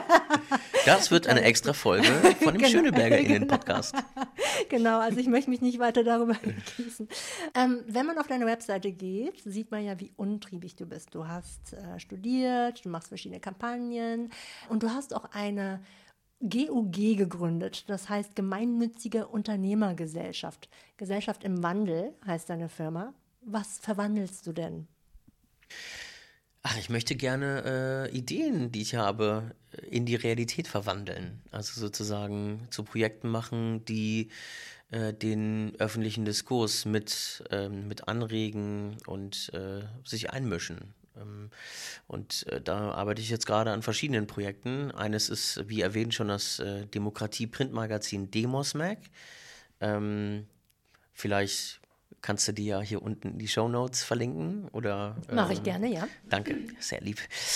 Das wird eine extra Folge von dem SchönebergerInnen-Podcast. Genau, also ich möchte mich nicht weiter darüber gießen. Wenn man auf deine Webseite geht, sieht man ja, wie untriebig du bist. Du hast studiert, du machst verschiedene Kampagnen und du hast auch eine GUG gegründet, das heißt Gemeinnützige Unternehmergesellschaft. Gesellschaft im Wandel heißt deine Firma. Was verwandelst du denn? Ach, ich möchte gerne Ideen, die ich habe, in die Realität verwandeln. Also sozusagen zu Projekten machen, die den öffentlichen Diskurs mit anregen und sich einmischen. Und da arbeite ich jetzt gerade an verschiedenen Projekten. Eines ist, wie erwähnt, schon das Demokratie-Printmagazin Demosmag. Vielleicht kannst du die ja hier unten in die Shownotes verlinken, oder? Mache ich gerne, ja. Danke, sehr lieb.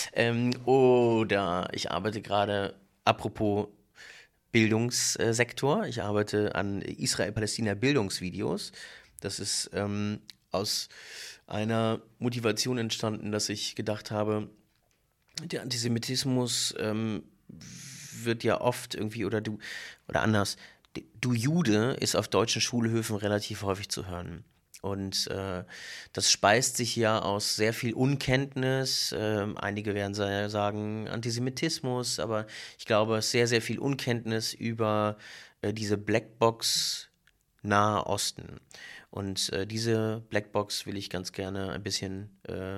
Oder ich arbeite gerade, apropos Bildungssektor, ich arbeite an Israel-Palästina-Bildungsvideos. Das ist aus einer Motivation entstanden, dass ich gedacht habe, der Antisemitismus wird ja oft irgendwie, oder anders, du Jude ist auf deutschen Schulhöfen relativ häufig zu hören. Und das speist sich ja aus sehr viel Unkenntnis. Einige werden sagen Antisemitismus, aber ich glaube, es ist sehr, sehr viel Unkenntnis über diese Blackbox Nahe Osten. Und diese Blackbox will ich ganz gerne ein bisschen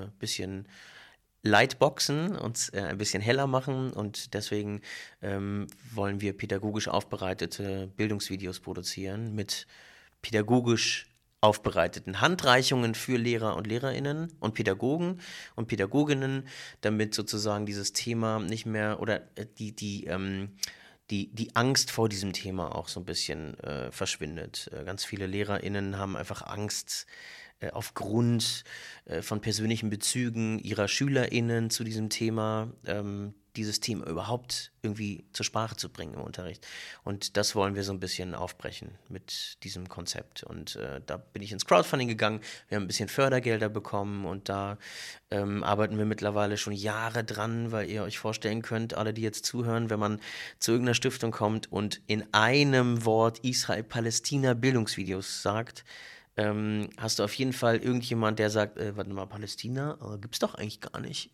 Lightboxen und ein bisschen heller machen und deswegen wollen wir pädagogisch aufbereitete Bildungsvideos produzieren mit pädagogisch aufbereiteten Handreichungen für Lehrer und LehrerInnen und Pädagogen und Pädagoginnen, damit sozusagen dieses Thema nicht mehr oder die Angst vor diesem Thema auch so ein bisschen verschwindet. Ganz viele LehrerInnen haben einfach Angst aufgrund von persönlichen Bezügen ihrer SchülerInnen zu diesem Thema, dieses Thema überhaupt irgendwie zur Sprache zu bringen im Unterricht. Und das wollen wir so ein bisschen aufbrechen mit diesem Konzept. Und da bin ich ins Crowdfunding gegangen, wir haben ein bisschen Fördergelder bekommen und da arbeiten wir mittlerweile schon Jahre dran, weil ihr euch vorstellen könnt, alle, die jetzt zuhören, wenn man zu irgendeiner Stiftung kommt und in einem Wort Israel-Palästina-Bildungsvideos sagt, hast du auf jeden Fall irgendjemand, der sagt, warte mal, Palästina? Gibt's doch eigentlich gar nicht.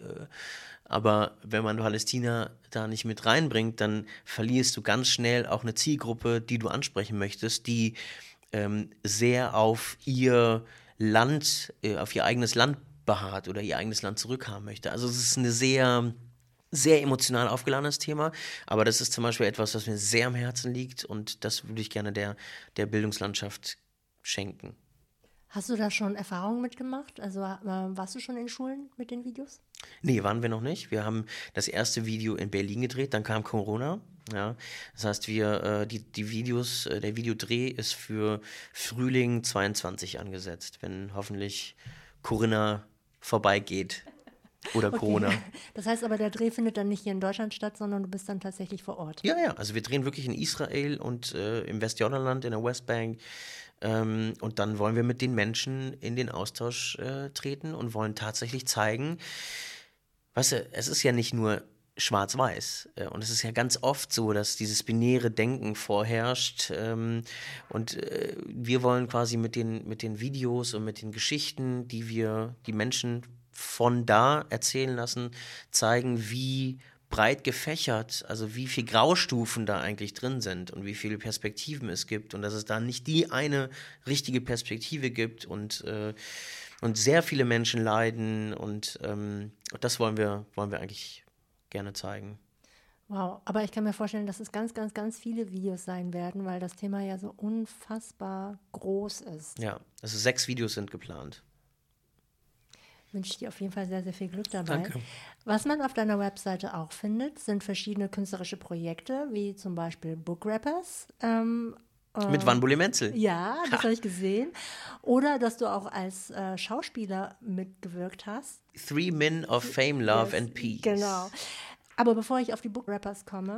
Aber wenn man Palästina da nicht mit reinbringt, dann verlierst du ganz schnell auch eine Zielgruppe, die du ansprechen möchtest, die sehr auf ihr Land, auf ihr eigenes Land beharrt oder ihr eigenes Land zurückhaben möchte. Also es ist eine sehr, sehr emotional aufgeladenes Thema, aber das ist zum Beispiel etwas, was mir sehr am Herzen liegt und das würde ich gerne der Bildungslandschaft schenken. Hast du da schon Erfahrungen mitgemacht? Also warst du schon in Schulen mit den Videos? Nee, waren wir noch nicht. Wir haben das erste Video in Berlin gedreht, dann kam Corona. Ja, das heißt, die Videos, der Videodreh ist für Frühling 22 angesetzt, wenn hoffentlich Corinna vorbeigeht. Oder Okay. Corona. Das heißt aber, der Dreh findet dann nicht hier in Deutschland statt, sondern du bist dann tatsächlich vor Ort. Ja, also wir drehen wirklich in Israel und im Westjordanland, in der Westbank. Und dann wollen wir mit den Menschen in den Austausch treten und wollen tatsächlich zeigen, weißt du, es ist ja nicht nur schwarz-weiß. Und es ist ja ganz oft so, dass dieses binäre Denken vorherrscht. Und wir wollen quasi mit den Videos und mit den Geschichten, die wir die Menschen von da erzählen lassen, zeigen, wie breit gefächert, also wie viele Graustufen da eigentlich drin sind und wie viele Perspektiven es gibt und dass es da nicht die eine richtige Perspektive gibt und sehr viele Menschen leiden und das wollen wir eigentlich gerne zeigen. Wow, aber ich kann mir vorstellen, dass es ganz, ganz, ganz viele Videos sein werden, weil das Thema ja so unfassbar groß ist. Ja, also 6 Videos sind geplant. Wünsche ich dir auf jeden Fall sehr, sehr viel Glück dabei. Danke. Was man auf deiner Webseite auch findet, sind verschiedene künstlerische Projekte, wie zum Beispiel Book Rappers. Mit Wanbule Menzel. Ja, das habe ich gesehen. Oder dass du auch als Schauspieler mitgewirkt hast. 3 Men of Fame, Love Yes, and Peace. Genau. Aber bevor ich auf die Book Rappers komme,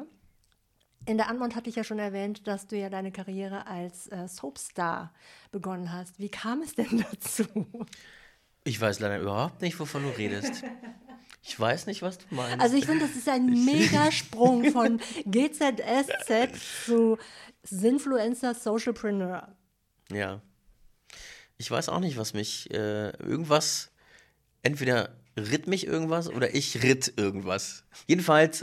in der Anmod hatte ich ja schon erwähnt, dass du ja deine Karriere als Soapstar begonnen hast. Wie kam es denn dazu? Ich weiß leider überhaupt nicht, wovon du redest. Ich weiß nicht, was du meinst. Also ich finde, das ist ein Megasprung von GZSZ zu Sinfluencer Socialpreneur. Ja. Ich weiß auch nicht, was mich irgendwas, entweder ritt mich irgendwas oder ich ritt irgendwas. Jedenfalls,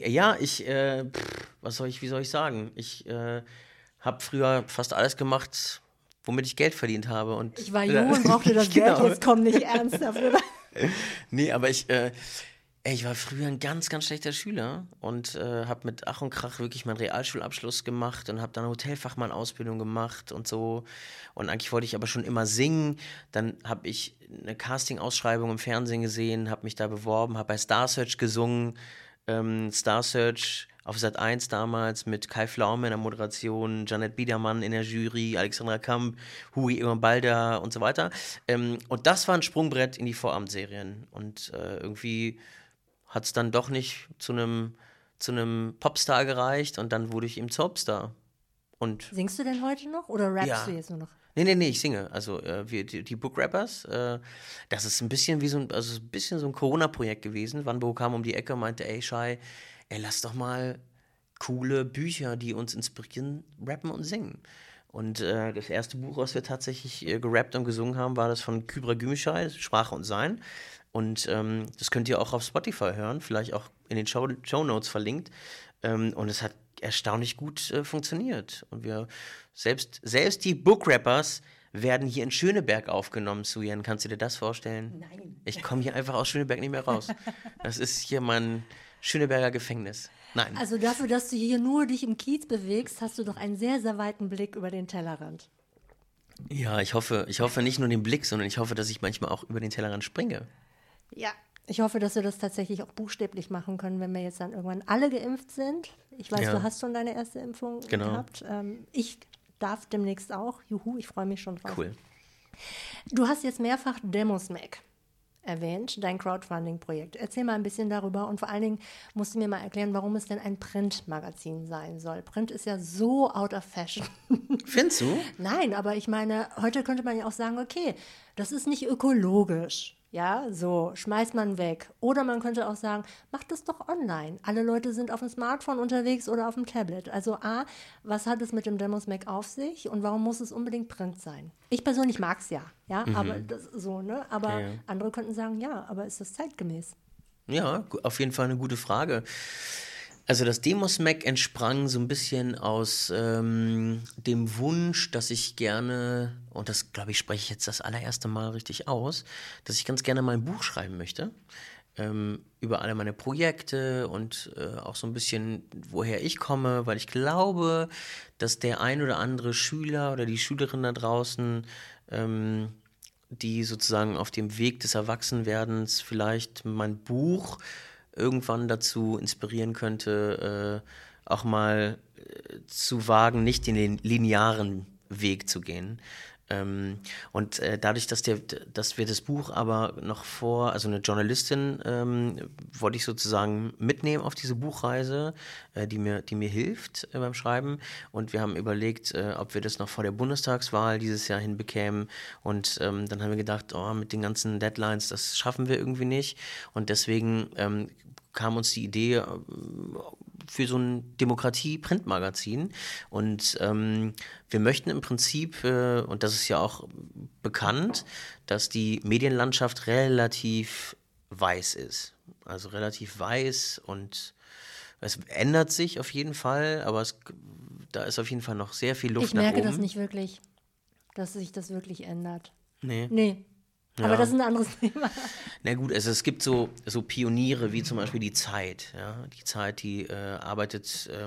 wie soll ich sagen? Ich habe früher fast alles gemacht, womit ich Geld verdient habe. Und, Ich war jung und brauchte das genau. Geld, jetzt komm nicht ernsthaft, oder? Nee, aber ich war früher ein ganz, ganz schlechter Schüler und habe mit Ach und Krach wirklich meinen Realschulabschluss gemacht und habe dann eine Hotelfachmann-Ausbildung gemacht und so. Und eigentlich wollte ich aber schon immer singen. Dann habe ich eine Casting-Ausschreibung im Fernsehen gesehen, habe mich da beworben, habe bei Star Search gesungen. Star Search auf Sat.1 damals mit Kai Pflaume in der Moderation, Janet Biedermann in der Jury, Alexandra Kamp, Hui Ewan-Balder und so weiter. Und das war ein Sprungbrett in die Vorabendserien. Und irgendwie hat es dann doch nicht zu einem Popstar gereicht und dann wurde ich eben Soapstar. Und Singst du denn heute noch oder rappst Ja. du jetzt nur noch? Nee, ich singe. Also die Book Rappers, das ist ein bisschen wie so ein Corona-Projekt gewesen. Wanbo kam um die Ecke und meinte, ey Shai, lass doch mal coole Bücher, die uns inspirieren, rappen und singen. Und das erste Buch, was wir tatsächlich gerappt und gesungen haben, war das von Kübra Gümüşay, Sprache und Sein. Und das könnt ihr auch auf Spotify hören, vielleicht auch in den Shownotes verlinkt. Und es hat erstaunlich gut funktioniert. Und wir, selbst die Book Rappers werden hier in Schöneberg aufgenommen, Suyen. Kannst du dir das vorstellen? Nein. Ich komme hier einfach aus Schöneberg nicht mehr raus. Das ist hier mein Schöneberger Gefängnis. Nein. Also dafür, dass du hier nur dich im Kiez bewegst, hast du doch einen sehr, sehr weiten Blick über den Tellerrand. Ja, ich hoffe nicht nur den Blick, sondern ich hoffe, dass ich manchmal auch über den Tellerrand springe. Ja, Ich hoffe, dass wir das tatsächlich auch buchstäblich machen können, wenn wir jetzt dann irgendwann alle geimpft sind. Ich weiß, du hast schon deine erste Impfung gehabt. Ich darf demnächst auch. Juhu, ich freue mich schon drauf. Cool. Du hast jetzt mehrfach Demosmack erwähnt, dein Crowdfunding-Projekt. Erzähl mal ein bisschen darüber und vor allen Dingen musst du mir mal erklären, warum es denn ein Printmagazin sein soll. Print ist ja so out of fashion. Findest du? Nein, aber ich meine, heute könnte man ja auch sagen, okay, das ist nicht ökologisch. Ja, so, schmeißt man weg. Oder man könnte auch sagen, macht das doch online. Alle Leute sind auf dem Smartphone unterwegs oder auf dem Tablet. Also A, was hat es mit dem Demosmack auf sich und warum muss es unbedingt Print sein? Ich persönlich mag es ja, aber das so, ne? Aber andere könnten sagen, ja, aber ist das zeitgemäß? Ja, auf jeden Fall eine gute Frage. Also das Demosmack entsprang so ein bisschen aus dem Wunsch, dass ich gerne, und das glaube ich spreche ich jetzt das allererste Mal richtig aus, dass ich ganz gerne mal ein Buch schreiben möchte über alle meine Projekte und auch so ein bisschen, woher ich komme, weil ich glaube, dass der ein oder andere Schüler oder die Schülerin da draußen, die sozusagen auf dem Weg des Erwachsenwerdens vielleicht mein Buch irgendwann dazu inspirieren könnte, auch mal zu wagen, nicht den linearen Weg zu gehen. Und dadurch, dass wir das Buch aber noch also eine Journalistin wollte ich sozusagen mitnehmen auf diese Buchreise, die mir hilft beim Schreiben. Und wir haben überlegt, ob wir das noch vor der Bundestagswahl dieses Jahr hinbekämen. Und dann haben wir gedacht, mit den ganzen Deadlines, das schaffen wir irgendwie nicht. Und deswegen kam uns die Idee für so ein Demokratie-Printmagazin. Und wir möchten im Prinzip, und das ist ja auch bekannt, dass die Medienlandschaft relativ weiß ist. Also relativ weiß und es ändert sich auf jeden Fall, aber da ist auf jeden Fall noch sehr viel Luft nach oben. Ich merke das nicht wirklich, dass sich das wirklich ändert. Nee. Ja. Aber das ist ein anderes Thema. Na gut, es gibt so Pioniere wie zum Beispiel die Zeit. Ja? Die Zeit, die arbeitet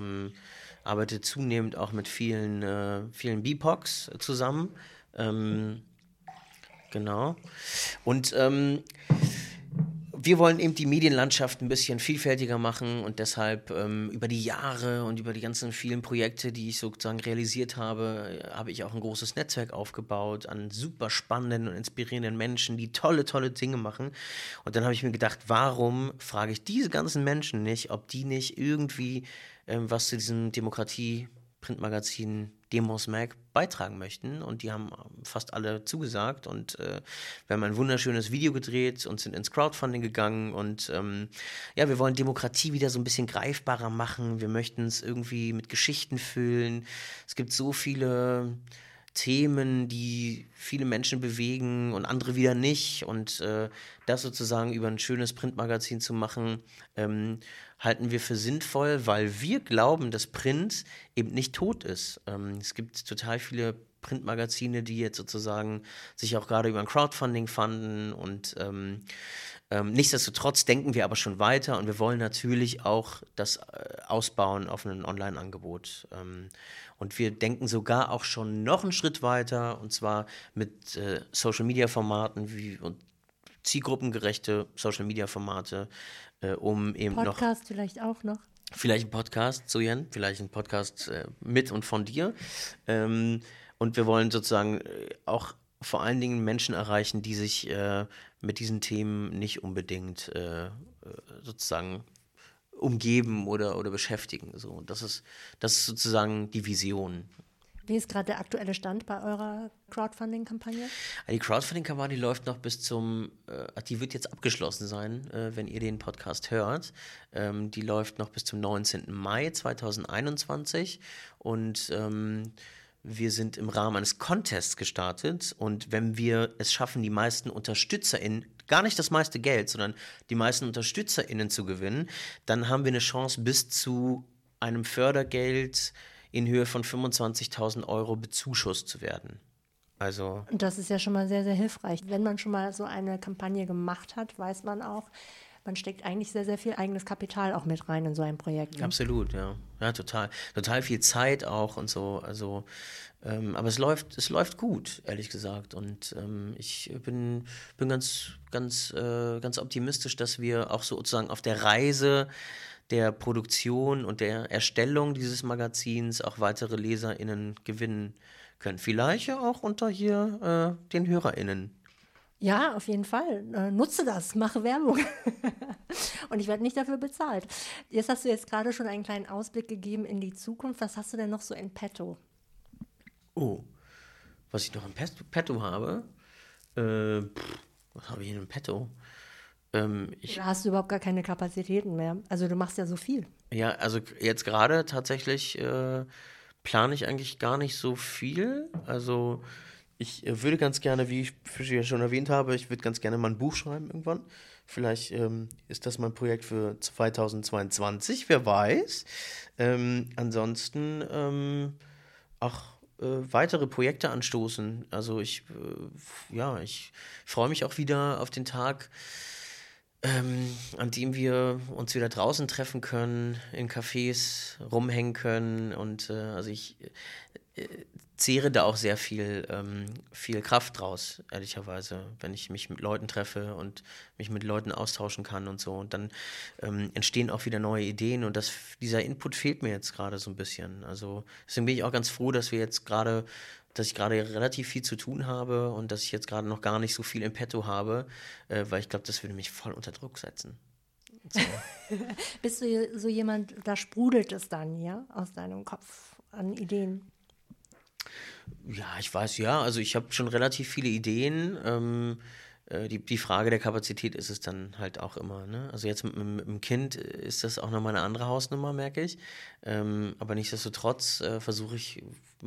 zunehmend auch mit vielen BIPOCs zusammen. Genau. Und wir wollen eben die Medienlandschaft ein bisschen vielfältiger machen und deshalb über die Jahre und über die ganzen vielen Projekte, die ich sozusagen realisiert habe, habe ich auch ein großes Netzwerk aufgebaut an super spannenden und inspirierenden Menschen, die tolle, tolle Dinge machen. Und dann habe ich mir gedacht, warum frage ich diese ganzen Menschen nicht, ob die nicht irgendwie was zu diesem Demokratie-Printmagazin Demosmack beitragen möchten, und die haben fast alle zugesagt und wir haben ein wunderschönes Video gedreht und sind ins Crowdfunding gegangen und wir wollen Demokratie wieder so ein bisschen greifbarer machen, wir möchten es irgendwie mit Geschichten füllen. Es gibt so viele Themen, die viele Menschen bewegen und andere wieder nicht, und das sozusagen über ein schönes Printmagazin zu machen, halten wir für sinnvoll, weil wir glauben, dass Print eben nicht tot ist. Es gibt total viele Printmagazine, die jetzt sozusagen sich auch gerade über ein Crowdfunding fanden, und nichtsdestotrotz denken wir aber schon weiter und wir wollen natürlich auch das ausbauen auf ein Online-Angebot. Und wir denken sogar auch schon noch einen Schritt weiter, und zwar mit Social-Media-Formaten und zielgruppengerechte Social-Media-Formate, um eben Podcast vielleicht auch noch. Vielleicht ein Podcast, Sojen, vielleicht ein Podcast mit und von dir. Und wir wollen sozusagen auch vor allen Dingen Menschen erreichen, die sich mit diesen Themen nicht unbedingt sozusagen umgeben oder beschäftigen. So. Und das ist sozusagen die Vision. Wie ist gerade der aktuelle Stand bei eurer Crowdfunding-Kampagne? Die Crowdfunding-Kampagne läuft noch die wird jetzt abgeschlossen sein, wenn ihr den Podcast hört. Die läuft noch bis zum 19. Mai 2021 und wir sind im Rahmen eines Contests gestartet, und wenn wir es schaffen, die meisten UnterstützerInnen, gar nicht das meiste Geld, sondern die meisten UnterstützerInnen zu gewinnen, dann haben wir eine Chance, bis zu einem Fördergeld in Höhe von 25.000 € bezuschusst zu werden. Also das ist ja schon mal sehr, sehr hilfreich. Wenn man schon mal so eine Kampagne gemacht hat, weiß man auch, man steckt eigentlich sehr, sehr viel eigenes Kapital auch mit rein in so ein Projekt. Ne? Absolut, ja. Ja, total. Total viel Zeit auch und so. Also, aber es läuft gut, ehrlich gesagt. Und ich bin ganz optimistisch, dass wir auch sozusagen auf der Reise der Produktion und der Erstellung dieses Magazins auch weitere LeserInnen gewinnen können. Vielleicht ja auch unter hier den HörerInnen. Ja, auf jeden Fall. Nutze das, mache Werbung. Und ich werde nicht dafür bezahlt. Jetzt hast du gerade schon einen kleinen Ausblick gegeben in die Zukunft. Was hast du denn noch so in petto? Oh, was ich noch im Petto habe? Was habe ich denn im Petto? Oder hast du überhaupt gar keine Kapazitäten mehr? Also du machst ja so viel. Ja, also jetzt gerade tatsächlich plane ich eigentlich gar nicht so viel. Also ich würde ganz gerne, wie ich ja schon erwähnt habe, ich würde ganz gerne mal ein Buch schreiben irgendwann. Vielleicht ist das mein Projekt für 2022, wer weiß. Ansonsten auch weitere Projekte anstoßen. Also ich freue mich auch wieder auf den Tag, an dem wir uns wieder draußen treffen können, in Cafés rumhängen können und also ich zehre da auch sehr viel Kraft draus, ehrlicherweise, wenn ich mich mit Leuten treffe und mich mit Leuten austauschen kann und so. Und dann entstehen auch wieder neue Ideen und dieser Input fehlt mir jetzt gerade so ein bisschen. Also deswegen bin ich auch ganz froh, dass ich gerade relativ viel zu tun habe und dass ich jetzt gerade noch gar nicht so viel im Petto habe, weil ich glaube, das würde mich voll unter Druck setzen. So. Bist du so jemand, da sprudelt es dann, ja, aus deinem Kopf an Ideen? Ja, ich weiß, ja, also ich habe schon relativ viele Ideen. Die Frage der Kapazität ist es dann halt auch immer, ne? Also jetzt mit dem Kind ist das auch nochmal eine andere Hausnummer, merke ich. Aber nichtsdestotrotz versuche ich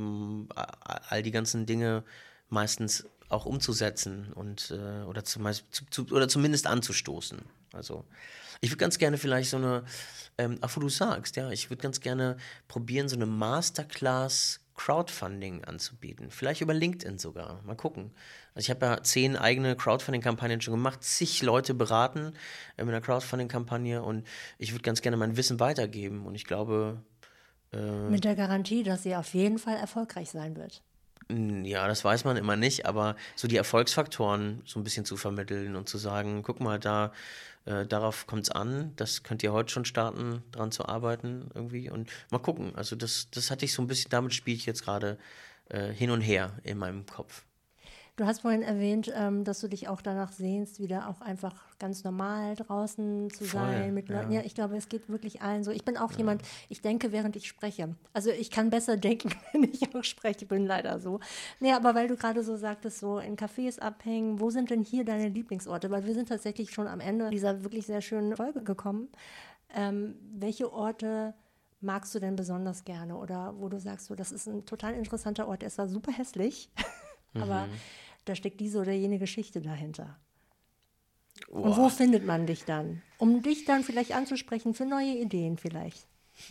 all die ganzen Dinge meistens auch umzusetzen und oder zumindest anzustoßen. Also ich würde ganz gerne vielleicht so eine, auch wo du sagst, ja, ich würde ganz gerne probieren, so eine Masterclass Crowdfunding anzubieten. Vielleicht über LinkedIn sogar. Mal gucken. Also ich habe ja 10 eigene Crowdfunding-Kampagnen schon gemacht, zig Leute beraten mit einer Crowdfunding-Kampagne und ich würde ganz gerne mein Wissen weitergeben und ich glaube... Mit der Garantie, dass sie auf jeden Fall erfolgreich sein wird. Ja, das weiß man immer nicht, aber so die Erfolgsfaktoren so ein bisschen zu vermitteln und zu sagen, guck mal, darauf kommt es an, das könnt ihr heute schon starten, dran zu arbeiten irgendwie und mal gucken. Also das hatte ich so ein bisschen, damit spiele ich jetzt gerade hin und her in meinem Kopf. Du hast vorhin erwähnt, dass du dich auch danach sehnst, wieder auch einfach ganz normal draußen zu sein mit Leuten. Ja, ich glaube, es geht wirklich allen so. Ich bin auch jemand, ich denke, während ich spreche. Also ich kann besser denken, wenn ich auch spreche, bin leider so. Nee, aber weil du gerade so sagtest, so in Cafés abhängen, wo sind denn hier deine Lieblingsorte? Weil wir sind tatsächlich schon am Ende dieser wirklich sehr schönen Folge gekommen. Welche Orte magst du denn besonders gerne? Oder wo du sagst, so, das ist ein total interessanter Ort, der ist zwar super hässlich, aber da steckt diese oder jene Geschichte dahinter. Boah. Und wo findet man dich dann? Um dich dann vielleicht anzusprechen für neue Ideen vielleicht.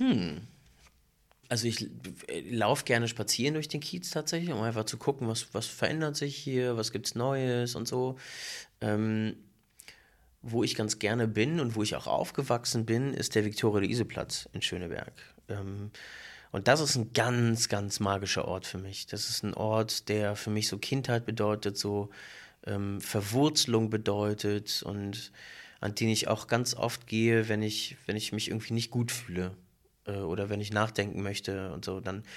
Also ich laufe gerne spazieren durch den Kiez tatsächlich, um einfach zu gucken, was verändert sich hier, was gibt's Neues und so. Wo ich ganz gerne bin und wo ich auch aufgewachsen bin, ist der Viktoria-Luise-Platz in Schöneberg. Und das ist ein ganz, ganz magischer Ort für mich. Das ist ein Ort, der für mich so Kindheit bedeutet, so Verwurzelung bedeutet und an den ich auch ganz oft gehe, wenn ich mich irgendwie nicht gut fühle oder wenn ich nachdenken möchte und so, dann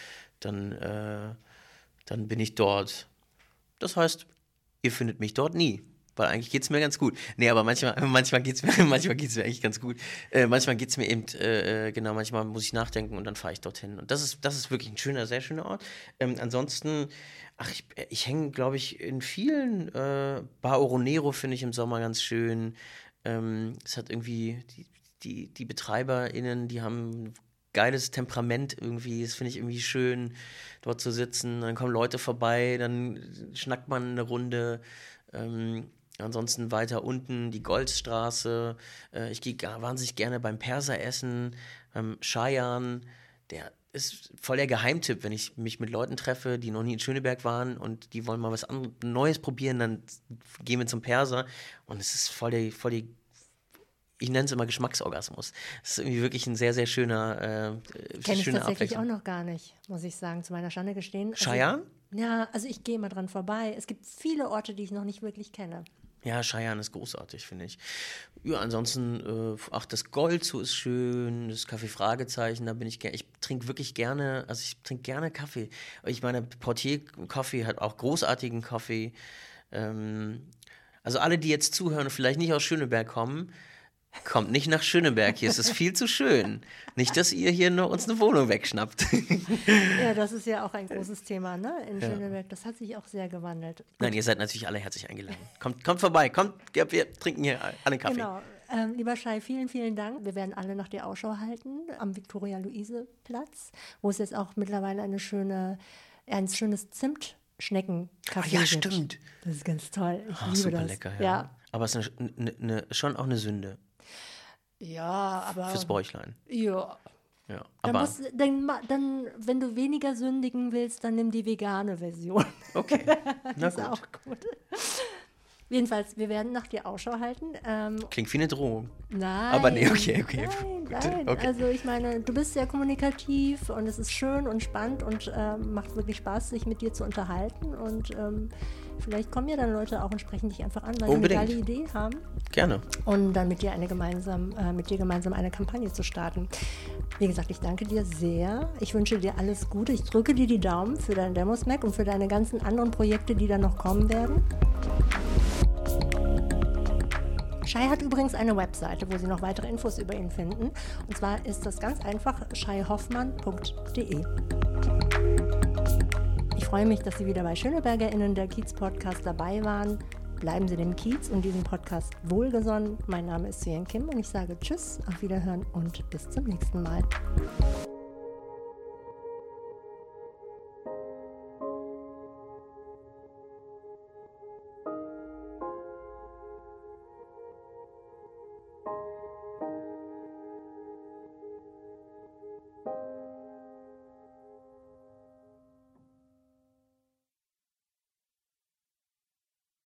bin ich dort. Das heißt, ihr findet mich dort nie. Weil eigentlich geht es mir ganz gut. Nee, aber manchmal geht es mir eigentlich ganz gut. Manchmal geht es mir eben, genau, manchmal muss ich nachdenken und dann fahre ich dorthin. Und das ist wirklich ein schöner, sehr schöner Ort. Ansonsten, ich hänge, glaube ich, in vielen, Bar Oronero finde ich im Sommer ganz schön. Es hat irgendwie, die BetreiberInnen, die haben ein geiles Temperament irgendwie. Das finde ich irgendwie schön, dort zu sitzen. Dann kommen Leute vorbei, dann schnackt man eine Runde. Ansonsten weiter unten die Goldstraße. Ich gehe wahnsinnig gerne beim Perser essen, beim Scheiern. Der ist voll der Geheimtipp, wenn ich mich mit Leuten treffe, die noch nie in Schöneberg waren und die wollen mal was Neues probieren, dann gehen wir zum Perser und es ist voll die ich nenne es immer Geschmacksorgasmus. Das ist irgendwie wirklich ein sehr, sehr schöner Kenne ich tatsächlich Abwechslung. auch noch gar nicht, muss ich sagen, zu meiner Schande gestehen. Cheyenne? Ja, also ich gehe mal dran vorbei. Es gibt viele Orte, die ich noch nicht wirklich kenne. Ja, Cheyenne ist großartig, finde ich. Ja, ansonsten, das Gold so ist schön, das Kaffee Fragezeichen, da bin ich gerne. Ich trinke wirklich gerne, also ich trinke gerne Kaffee. Ich meine, Portier-Kaffee hat auch großartigen Kaffee. Also alle, die jetzt zuhören und vielleicht nicht aus Schöneberg kommen, kommt nicht nach Schöneberg, hier ist es viel zu schön. Nicht, dass ihr hier nur uns eine Wohnung wegschnappt. Ja, das ist ja auch ein großes Thema, ne? In Schöneberg. Das hat sich auch sehr gewandelt. Nein, ihr seid natürlich alle herzlich eingeladen. Kommt vorbei, wir trinken hier alle Kaffee. Genau. Lieber Shai, vielen, vielen Dank. Wir werden alle nach dir Ausschau halten am Viktoria-Luise-Platz, wo es jetzt auch mittlerweile ein schönes Zimtschnecken-Café Ja, gibt. stimmt. Das ist ganz toll. Ich liebe Super das. lecker, Ja. Aber es ist schon auch eine Sünde Ja, aber. fürs Bäuchlein. Ja. Ja, Dann, aber dann, wenn du weniger sündigen willst, dann nimm die vegane Version. okay. Na Das ist auch gut. Jedenfalls, wir werden nach dir Ausschau halten. Klingt wie eine Drohung. Nein. Aber nee, okay. Nein. Okay. Also ich meine, du bist sehr kommunikativ und es ist schön und spannend und macht wirklich Spaß, sich mit dir zu unterhalten. Und vielleicht kommen ja dann Leute auch und sprechen dich einfach an, weil Unbedingt. sie eine geile Idee haben. Gerne. Und dann mit dir gemeinsam eine Kampagne zu starten. Wie gesagt, ich danke dir sehr. Ich wünsche dir alles Gute. Ich drücke dir die Daumen für deinen Demos-Mac und für deine ganzen anderen Projekte, die dann noch kommen werden. Shai hat übrigens eine Webseite, wo Sie noch weitere Infos über ihn finden. Und zwar ist das ganz einfach shaihoffmann.de. Ich freue mich, dass Sie wieder bei SchönebergerInnen, der Kiez-Podcast, dabei waren. Bleiben Sie dem Kiez und diesem Podcast wohlgesonnen. Mein Name ist Suyen Kim und ich sage Tschüss, auf Wiederhören und bis zum nächsten Mal.